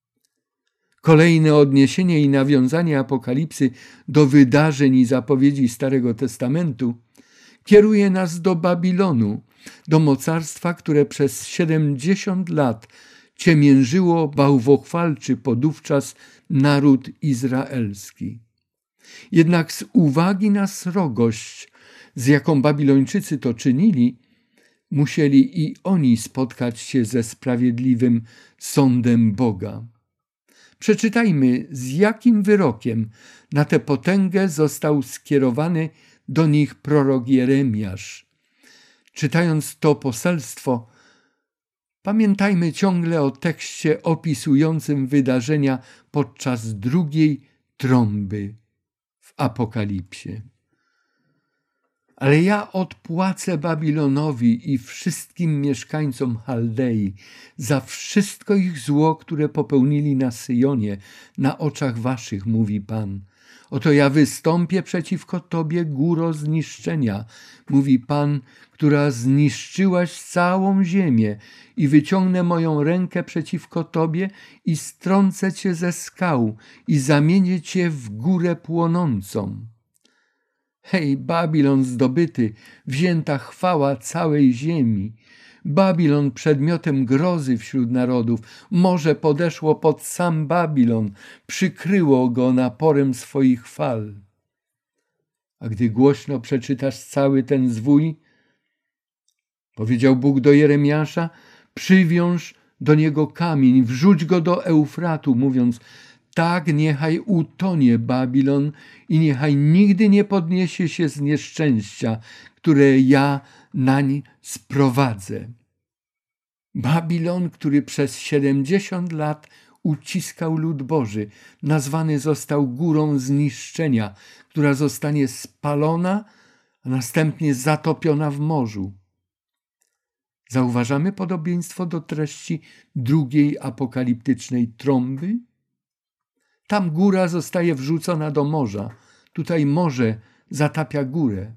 Kolejne odniesienie i nawiązanie Apokalipsy do wydarzeń i zapowiedzi Starego Testamentu kieruje nas do Babilonu, do mocarstwa, które przez 70 lat ciemiężyło bałwochwalczy podówczas naród izraelski. Jednak z uwagi na srogość, z jaką Babilończycy to czynili, musieli i oni spotkać się ze sprawiedliwym sądem Boga. Przeczytajmy, z jakim wyrokiem na tę potęgę został skierowany do nich prorok Jeremiasz. Czytając to poselstwo, pamiętajmy ciągle o tekście opisującym wydarzenia podczas drugiej trąby w Apokalipsie. Ale ja odpłacę Babilonowi i wszystkim mieszkańcom Chaldei za wszystko ich zło, które popełnili na Syjonie, na oczach waszych, mówi Pan. Oto ja wystąpię przeciwko tobie, góro zniszczenia, mówi Pan, która zniszczyłaś całą ziemię, i wyciągnę moją rękę przeciwko tobie i strącę cię ze skał i zamienię cię w górę płonącą. Hej, Babilon zdobyty, wzięta chwała całej ziemi. Babilon przedmiotem grozy wśród narodów. Morze podeszło pod sam Babilon, przykryło go naporem swoich fal. A gdy głośno przeczytasz cały ten zwój, powiedział Bóg do Jeremiasza, przywiąż do niego kamień, wrzuć go do Eufratu, mówiąc: tak niechaj utonie Babilon i niechaj nigdy nie podniesie się z nieszczęścia, które ja nań sprowadzę. Babilon, który przez 70 lat uciskał lud Boży, nazwany został górą zniszczenia, która zostanie spalona, a następnie zatopiona w morzu. Zauważamy podobieństwo do treści drugiej apokaliptycznej trąby? Tam góra zostaje wrzucona do morza. Tutaj morze zatapia górę.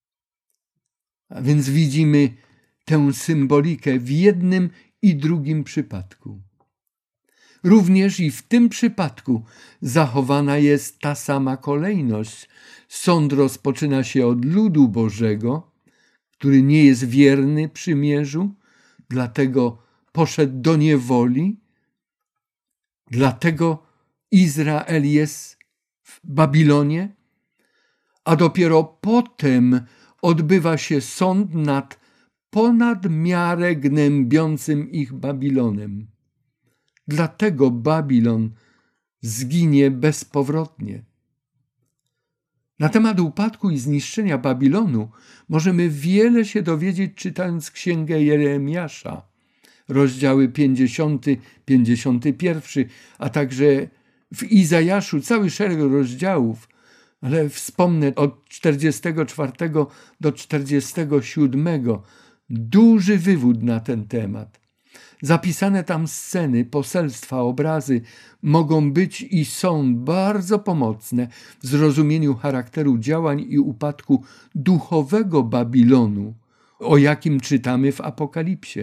A więc widzimy tę symbolikę w jednym i drugim przypadku. Również i w tym przypadku zachowana jest ta sama kolejność. Sąd rozpoczyna się od ludu Bożego, który nie jest wierny przymierzu, dlatego poszedł do niewoli, dlatego Izrael jest w Babilonie, a dopiero potem odbywa się sąd nad ponad miarę gnębiącym ich Babilonem. Dlatego Babilon zginie bezpowrotnie. Na temat upadku i zniszczenia Babilonu możemy wiele się dowiedzieć, czytając Księgę Jeremiasza, rozdziały 50, 51, a także w Izajaszu cały szereg rozdziałów, ale wspomnę od 44 do 47. Duży wywód na ten temat. Zapisane tam sceny, poselstwa, obrazy mogą być i są bardzo pomocne w zrozumieniu charakteru działań i upadku duchowego Babilonu, o jakim czytamy w Apokalipsie.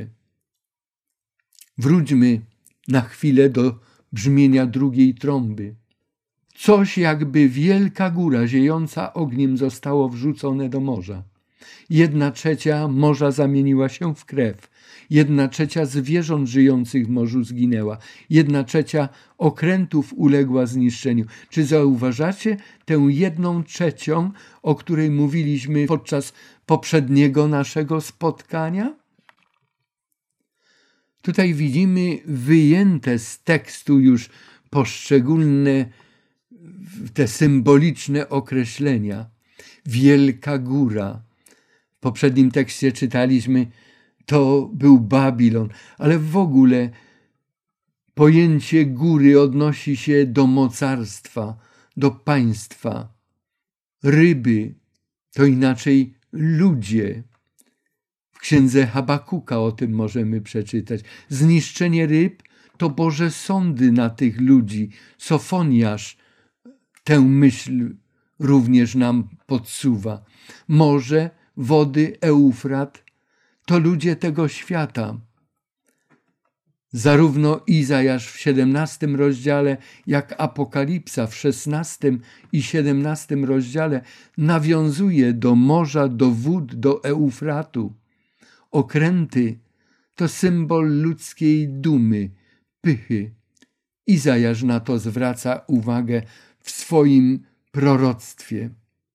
Wróćmy na chwilę do brzmienia drugiej trąby. Coś jakby wielka góra ziejąca ogniem zostało wrzucone do morza. 1/3 morza zamieniła się w krew. 1/3 zwierząt żyjących w morzu zginęła. 1/3 okrętów uległa zniszczeniu. Czy zauważacie tę 1/3, o której mówiliśmy podczas poprzedniego naszego spotkania? Tutaj widzimy wyjęte z tekstu już poszczególne te symboliczne określenia. Wielka góra. W poprzednim tekście czytaliśmy, to był Babilon, ale w ogóle pojęcie góry odnosi się do mocarstwa, do państwa. Ryby to inaczej ludzie. W księdze Habakuka o tym możemy przeczytać. Zniszczenie ryb to Boże sądy na tych ludzi. Sofoniasz tę myśl również nam podsuwa. Morze, wody, Eufrat to ludzie tego świata. Zarówno Izajasz w 17 rozdziale, jak Apokalipsa w 16 i 17 rozdziale nawiązuje do morza, do wód, do Eufratu. Okręty to symbol ludzkiej dumy, pychy. Izajasz na to zwraca uwagę w swoim proroctwie.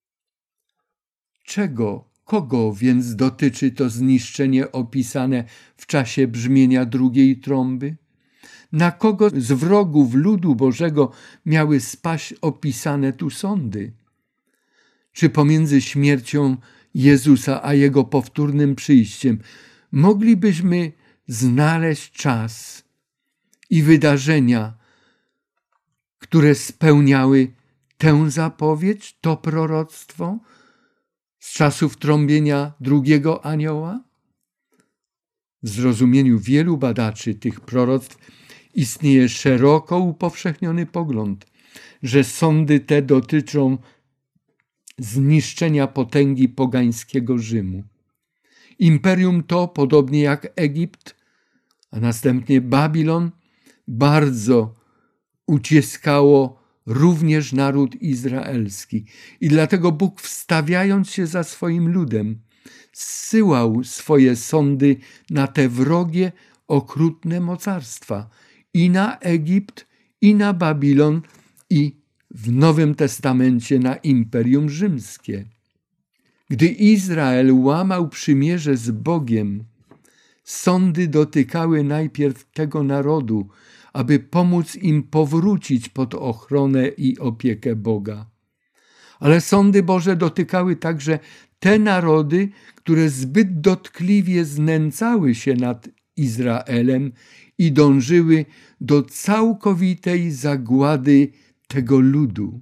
Kogo więc dotyczy to zniszczenie opisane w czasie brzmienia drugiej trąby? Na kogo z wrogów ludu Bożego miały spaść opisane tu sądy? Czy pomiędzy śmiercią Jezusa a Jego powtórnym przyjściem moglibyśmy znaleźć czas i wydarzenia, które spełniały tę zapowiedź, to proroctwo z czasów trąbienia drugiego anioła? W zrozumieniu wielu badaczy tych proroctw istnieje szeroko upowszechniony pogląd, że sądy te dotyczą zniszczenia potęgi pogańskiego Rzymu. Imperium to, podobnie jak Egipt, a następnie Babilon, bardzo uciskało również naród izraelski. I dlatego Bóg, wstawiając się za swoim ludem, zsyłał swoje sądy na te wrogie, okrutne mocarstwa i na Egipt, i na Babilon, i w Nowym Testamencie na Imperium Rzymskie. Gdy Izrael łamał przymierze z Bogiem, sądy dotykały najpierw tego narodu, aby pomóc im powrócić pod ochronę i opiekę Boga. Ale sądy Boże dotykały także te narody, które zbyt dotkliwie znęcały się nad Izraelem i dążyły do całkowitej zagłady tego ludu.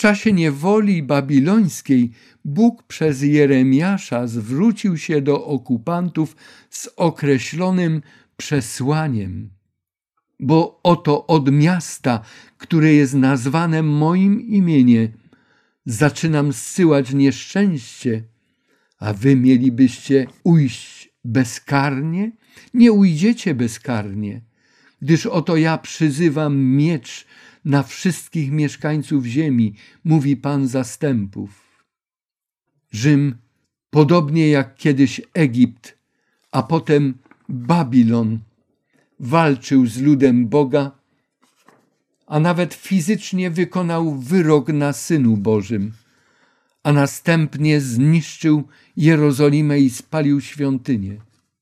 czasie niewoli babilońskiej Bóg przez Jeremiasza zwrócił się do okupantów z określonym przesłaniem. Bo oto od miasta, które jest nazwane moim imieniem, zaczynam zsyłać nieszczęście, a wy mielibyście ujść bezkarnie? Nie ujdziecie bezkarnie, gdyż oto ja przyzywam miecz na wszystkich mieszkańców ziemi, mówi Pan zastępów. Rzym, podobnie jak kiedyś Egipt, a potem Babilon, walczył z ludem Boga, a nawet fizycznie wykonał wyrok na Synu Bożym, a następnie zniszczył Jerozolimę i spalił świątynię.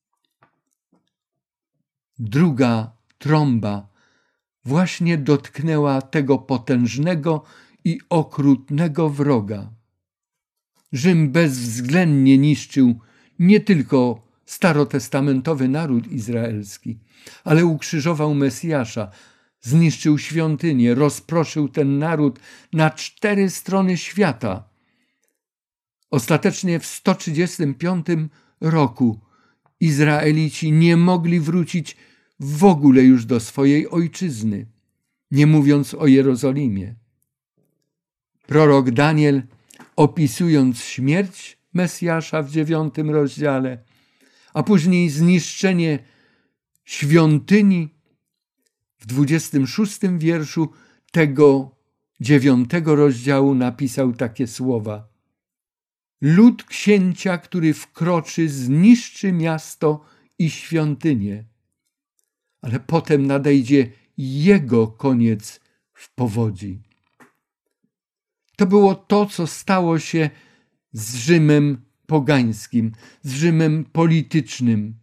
Druga trąba właśnie dotknęła tego potężnego i okrutnego wroga. Rzym bezwzględnie niszczył nie tylko starotestamentowy naród izraelski, ale ukrzyżował Mesjasza, zniszczył świątynię, rozproszył ten naród na 4 strony świata. Ostatecznie w 135 roku Izraelici nie mogli wrócić w ogóle już do swojej ojczyzny, nie mówiąc o Jerozolimie. Prorok Daniel, opisując śmierć Mesjasza w 9 rozdziale, a później zniszczenie świątyni w 26 wierszu tego 9 rozdziału napisał takie słowa: lud księcia, który wkroczy, zniszczy miasto i świątynię, ale potem nadejdzie jego koniec w powodzi. To było to, co stało się z Rzymem pogańskim, z Rzymem politycznym.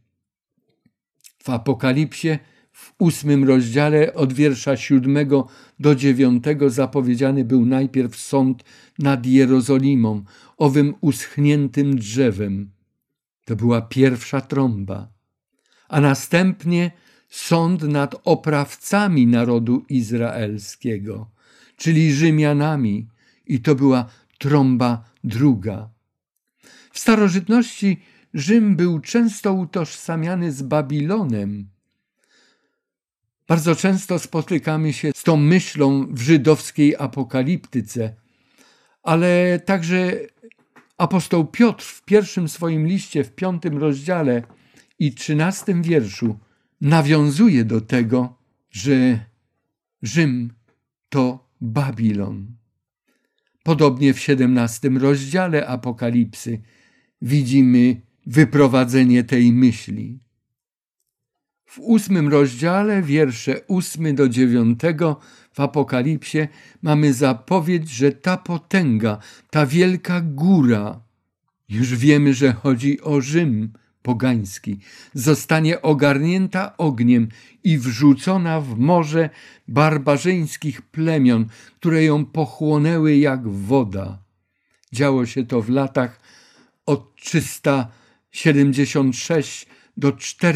W Apokalipsie w 8 rozdziale od wiersza 7 do 9 zapowiedziany był najpierw sąd nad Jerozolimą, owym uschniętym drzewem. To była pierwsza trąba. A następnie sąd nad oprawcami narodu izraelskiego, czyli Rzymianami, i to była trąba druga. W starożytności Rzym był często utożsamiany z Babilonem. Bardzo często spotykamy się z tą myślą w żydowskiej apokaliptyce, ale także apostoł Piotr w pierwszym swoim liście, w 5 rozdziale i 13 wierszu nawiązuje do tego, że Rzym to Babilon. Podobnie w 17 rozdziale Apokalipsy widzimy wyprowadzenie tej myśli. W 8 rozdziale, wiersze 8 do 9 w Apokalipsie mamy zapowiedź, że ta potęga, ta wielka góra, już wiemy, że chodzi o Rzym pogański, zostanie ogarnięta ogniem i wrzucona w morze barbarzyńskich plemion, które ją pochłonęły jak woda. Działo się to w latach od 376 do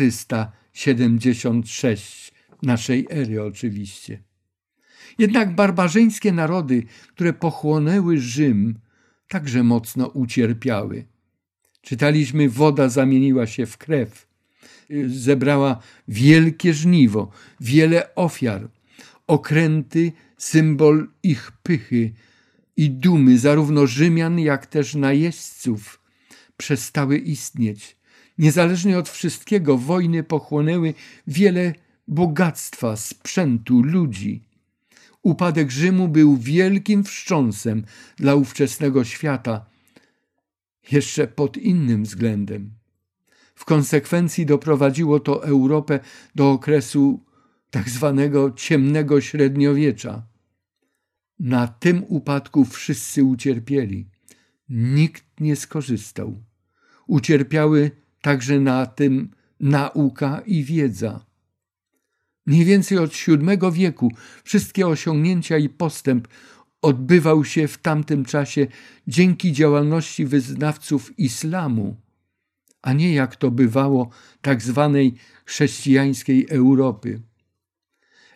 476 naszej ery oczywiście. Jednak barbarzyńskie narody, które pochłonęły Rzym, także mocno ucierpiały. Czytaliśmy, woda zamieniła się w krew, zebrała wielkie żniwo, wiele ofiar. Okręty, symbol ich pychy i dumy, zarówno Rzymian, jak też najeźdźców, przestały istnieć. Niezależnie od wszystkiego, wojny pochłonęły wiele bogactwa, sprzętu, ludzi. Upadek Rzymu był wielkim wstrząsem dla ówczesnego świata, jeszcze pod innym względem. W konsekwencji doprowadziło to Europę do okresu tak zwanego ciemnego średniowiecza. Na tym upadku wszyscy ucierpieli. Nikt nie skorzystał. Ucierpiały także na tym nauka i wiedza. Mniej więcej od VII wieku wszystkie osiągnięcia i postęp odbywał się w tamtym czasie dzięki działalności wyznawców islamu, a nie jak to bywało tak zwanej chrześcijańskiej Europy.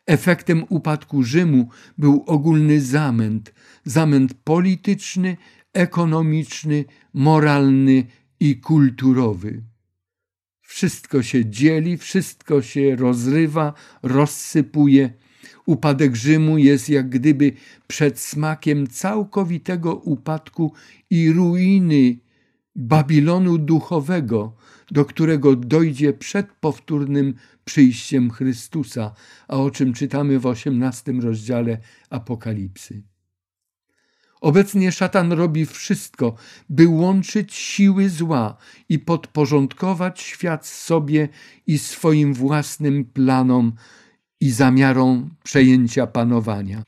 Efektem upadku Rzymu był ogólny zamęt polityczny, ekonomiczny, moralny i kulturowy. Wszystko się dzieli, wszystko się rozrywa, rozsypuje. Upadek Rzymu jest jak gdyby przedsmakiem całkowitego upadku i ruiny Babilonu duchowego, do którego dojdzie przed powtórnym przyjściem Chrystusa, a o czym czytamy w 18 rozdziale Apokalipsy. Obecnie szatan robi wszystko, by łączyć siły zła i podporządkować świat sobie i swoim własnym planom i zamiarom przejęcia panowania.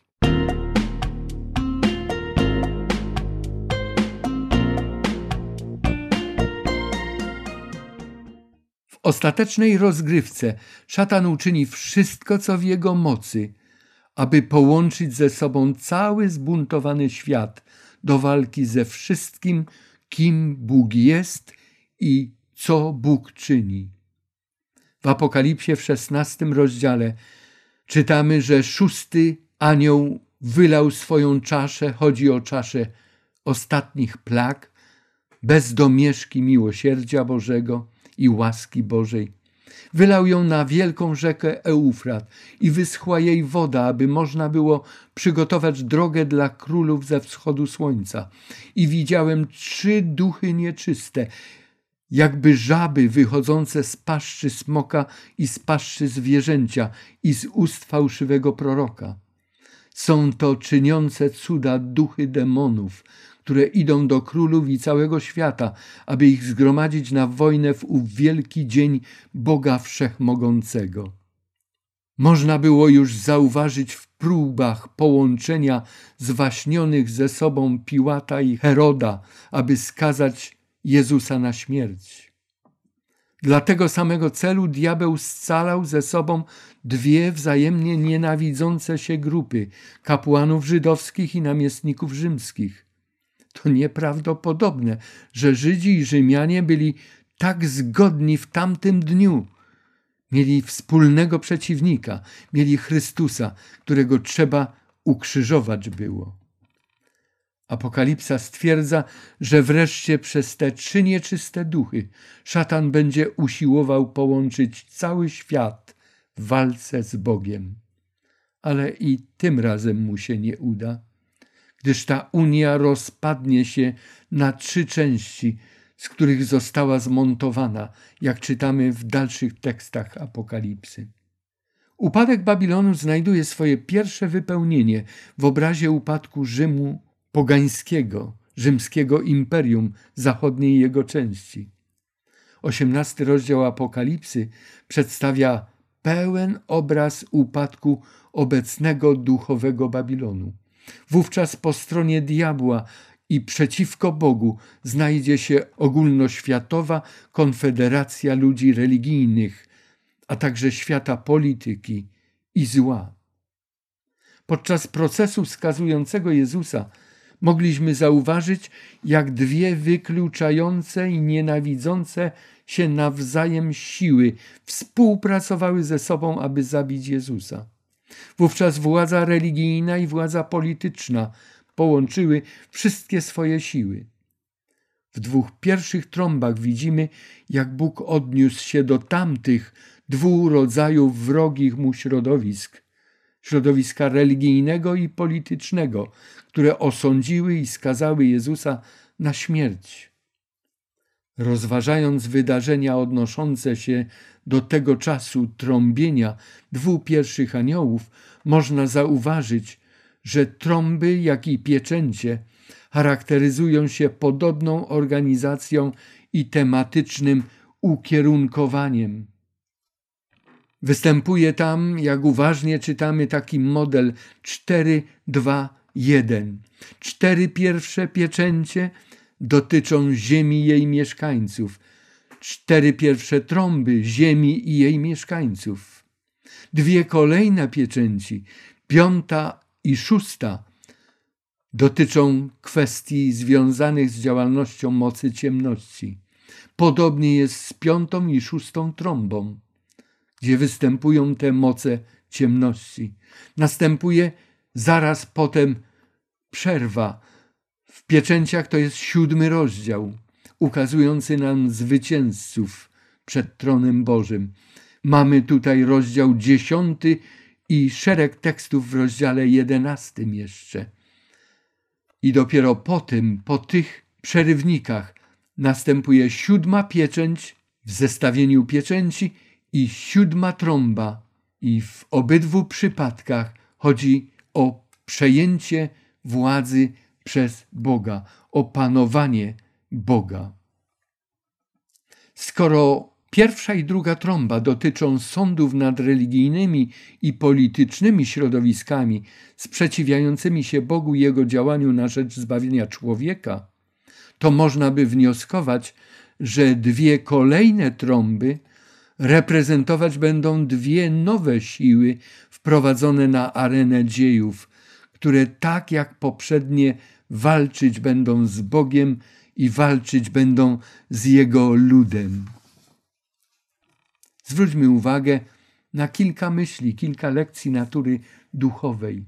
W ostatecznej rozgrywce szatan uczyni wszystko, co w jego mocy, aby połączyć ze sobą cały zbuntowany świat do walki ze wszystkim, kim Bóg jest i co Bóg czyni. W Apokalipsie w 16 rozdziale czytamy, że 6. anioł wylał swoją czaszę, chodzi o czaszę ostatnich plag, bez domieszki miłosierdzia Bożego i łaski Bożej. Wylał ją na wielką rzekę Eufrat i wyschła jej woda, aby można było przygotować drogę dla królów ze wschodu słońca. I widziałem 3 duchy nieczyste, jakby żaby wychodzące z paszczy smoka i z paszczy zwierzęcia i z ust fałszywego proroka. Są to czyniące cuda duchy demonów, które idą do królów i całego świata, aby ich zgromadzić na wojnę w ów wielki dzień Boga Wszechmogącego. Można było już zauważyć w próbach połączenia zwaśnionych ze sobą Piłata i Heroda, aby skazać Jezusa na śmierć. Dla tego samego celu diabeł scalał ze sobą 2 wzajemnie nienawidzące się grupy, kapłanów żydowskich i namiestników rzymskich. To nieprawdopodobne, że Żydzi i Rzymianie byli tak zgodni w tamtym dniu. Mieli wspólnego przeciwnika, mieli Chrystusa, którego trzeba ukrzyżować było. Apokalipsa stwierdza, że wreszcie przez te 3 nieczyste duchy szatan będzie usiłował połączyć cały świat w walce z Bogiem. Ale i tym razem mu się nie uda, gdyż ta unia rozpadnie się na 3 części, z których została zmontowana, jak czytamy w dalszych tekstach Apokalipsy. Upadek Babilonu znajduje swoje pierwsze wypełnienie w obrazie upadku Rzymu pogańskiego, rzymskiego imperium zachodniej jego części. 18 rozdział Apokalipsy przedstawia pełen obraz upadku obecnego duchowego Babilonu. Wówczas po stronie diabła i przeciwko Bogu znajdzie się ogólnoświatowa konfederacja ludzi religijnych, a także świata polityki i zła. Podczas procesu skazującego Jezusa mogliśmy zauważyć, jak 2 wykluczające i nienawidzące się nawzajem siły współpracowały ze sobą, aby zabić Jezusa. Wówczas władza religijna i władza polityczna połączyły wszystkie swoje siły. W 2 pierwszych trąbach widzimy, jak Bóg odniósł się do tamtych 2 rodzajów wrogich mu środowisk. Środowiska religijnego i politycznego, które osądziły i skazały Jezusa na śmierć. Rozważając wydarzenia odnoszące się do tego czasu trąbienia 2 pierwszych aniołów, można zauważyć, że trąby, jak i pieczęcie charakteryzują się podobną organizacją i tematycznym ukierunkowaniem. Występuje tam, jak uważnie czytamy, taki model 4-2-1. 4 pierwsze pieczęcie dotyczą ziemi i jej mieszkańców. 4 pierwsze trąby ziemi i jej mieszkańców. 2 kolejne pieczęci, 5. i 6, dotyczą kwestii związanych z działalnością mocy ciemności. Podobnie jest z 5. i 6. trąbą, gdzie występują te moce ciemności. Następuje zaraz potem przerwa. W Pieczęciach to jest 7 rozdział, ukazujący nam zwycięzców przed tronem Bożym. Mamy tutaj rozdział 10 i szereg tekstów w rozdziale 11 jeszcze. I dopiero po tych przerywnikach następuje 7 pieczęć w zestawieniu pieczęci i 7 trąba. I w obydwu przypadkach chodzi o przejęcie władzy przez Boga, o panowanie Boga. Skoro pierwsza i druga trąba dotyczą sądów nad religijnymi i politycznymi środowiskami sprzeciwiającymi się Bogu i Jego działaniu na rzecz zbawienia człowieka, to można by wnioskować, że 2 kolejne trąby reprezentować będą 2 nowe siły wprowadzone na arenę dziejów, które tak jak poprzednie walczyć będą z Bogiem i walczyć będą z Jego ludem. Zwróćmy uwagę na kilka myśli, kilka lekcji natury duchowej.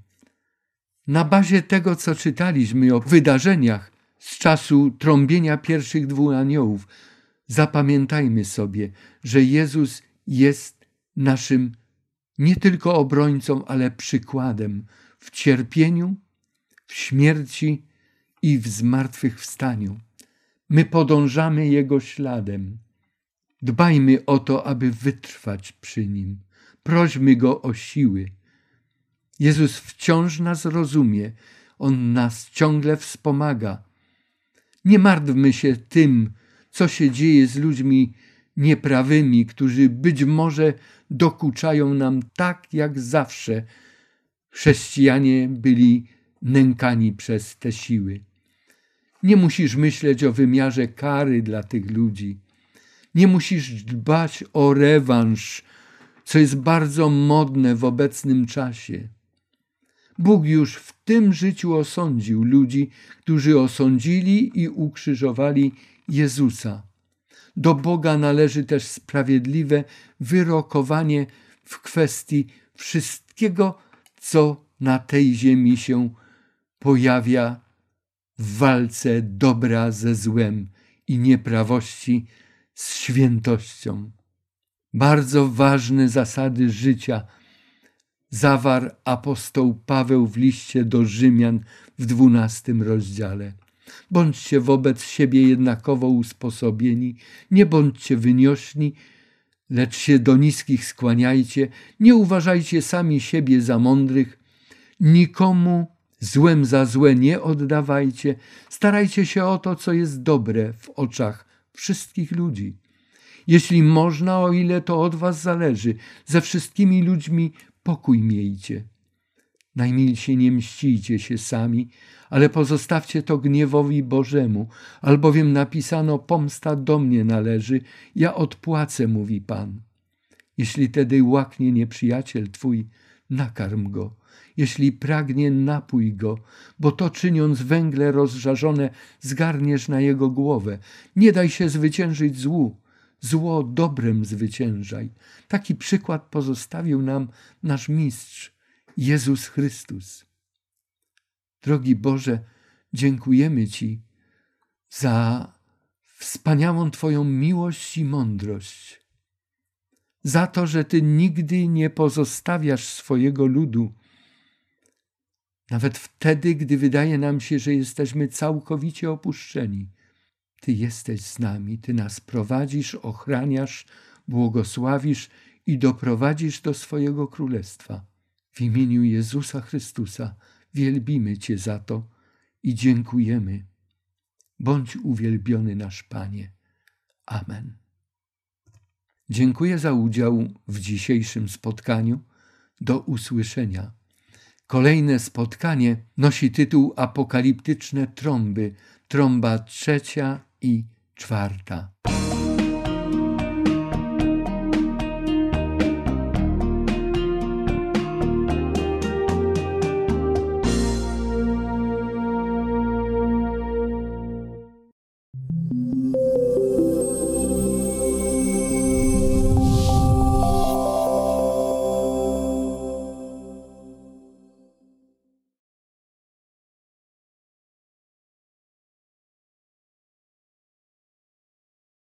Na bazie tego, co czytaliśmy o wydarzeniach z czasu trąbienia pierwszych 2 aniołów, zapamiętajmy sobie, że Jezus jest naszym nie tylko obrońcą, ale przykładem w cierpieniu, w śmierci i w zmartwychwstaniu. My podążamy Jego śladem. Dbajmy o to, aby wytrwać przy Nim. Prośmy Go o siły. Jezus wciąż nas rozumie. On nas ciągle wspomaga. Nie martwmy się tym, co się dzieje z ludźmi nieprawymi, którzy być może dokuczają nam tak jak zawsze. Chrześcijanie byli nękani przez te siły. Nie musisz myśleć o wymiarze kary dla tych ludzi. Nie musisz dbać o rewanż, co jest bardzo modne w obecnym czasie. Bóg już w tym życiu osądził ludzi, którzy osądzili i ukrzyżowali Jezusa. Do Boga należy też sprawiedliwe wyrokowanie w kwestii wszystkiego, co na tej ziemi się pojawia w walce dobra ze złem i nieprawości z świętością. Bardzo ważne zasady życia zawarł apostoł Paweł w liście do Rzymian w 12 rozdziale. Bądźcie wobec siebie jednakowo usposobieni, nie bądźcie wyniośni, lecz się do niskich skłaniajcie, nie uważajcie sami siebie za mądrych, nikomu złem za złe nie oddawajcie, starajcie się o to, co jest dobre w oczach wszystkich ludzi. Jeśli można, o ile to od was zależy, ze wszystkimi ludźmi pokój miejcie. Najmilsi nie mścijcie się sami, ale pozostawcie to gniewowi Bożemu, albowiem napisano: pomsta do mnie należy, ja odpłacę, mówi Pan. Jeśli tedy łaknie nieprzyjaciel twój, nakarm go. Jeśli pragnie, napój go, bo to czyniąc węgle rozżarzone zgarniesz na jego głowę. Nie daj się zwyciężyć złu, zło dobrem zwyciężaj. Taki przykład pozostawił nam nasz mistrz, Jezus Chrystus. Drogi Boże, dziękujemy Ci za wspaniałą Twoją miłość i mądrość, za to, że Ty nigdy nie pozostawiasz swojego ludu, nawet wtedy, gdy wydaje nam się, że jesteśmy całkowicie opuszczeni. Ty jesteś z nami, Ty nas prowadzisz, ochraniasz, błogosławisz i doprowadzisz do swojego królestwa. W imieniu Jezusa Chrystusa wielbimy Cię za to i dziękujemy. Bądź uwielbiony nasz Panie. Amen. Dziękuję za udział w dzisiejszym spotkaniu. Do usłyszenia. Kolejne spotkanie nosi tytuł Apokaliptyczne trąby, trąba 3. i 4.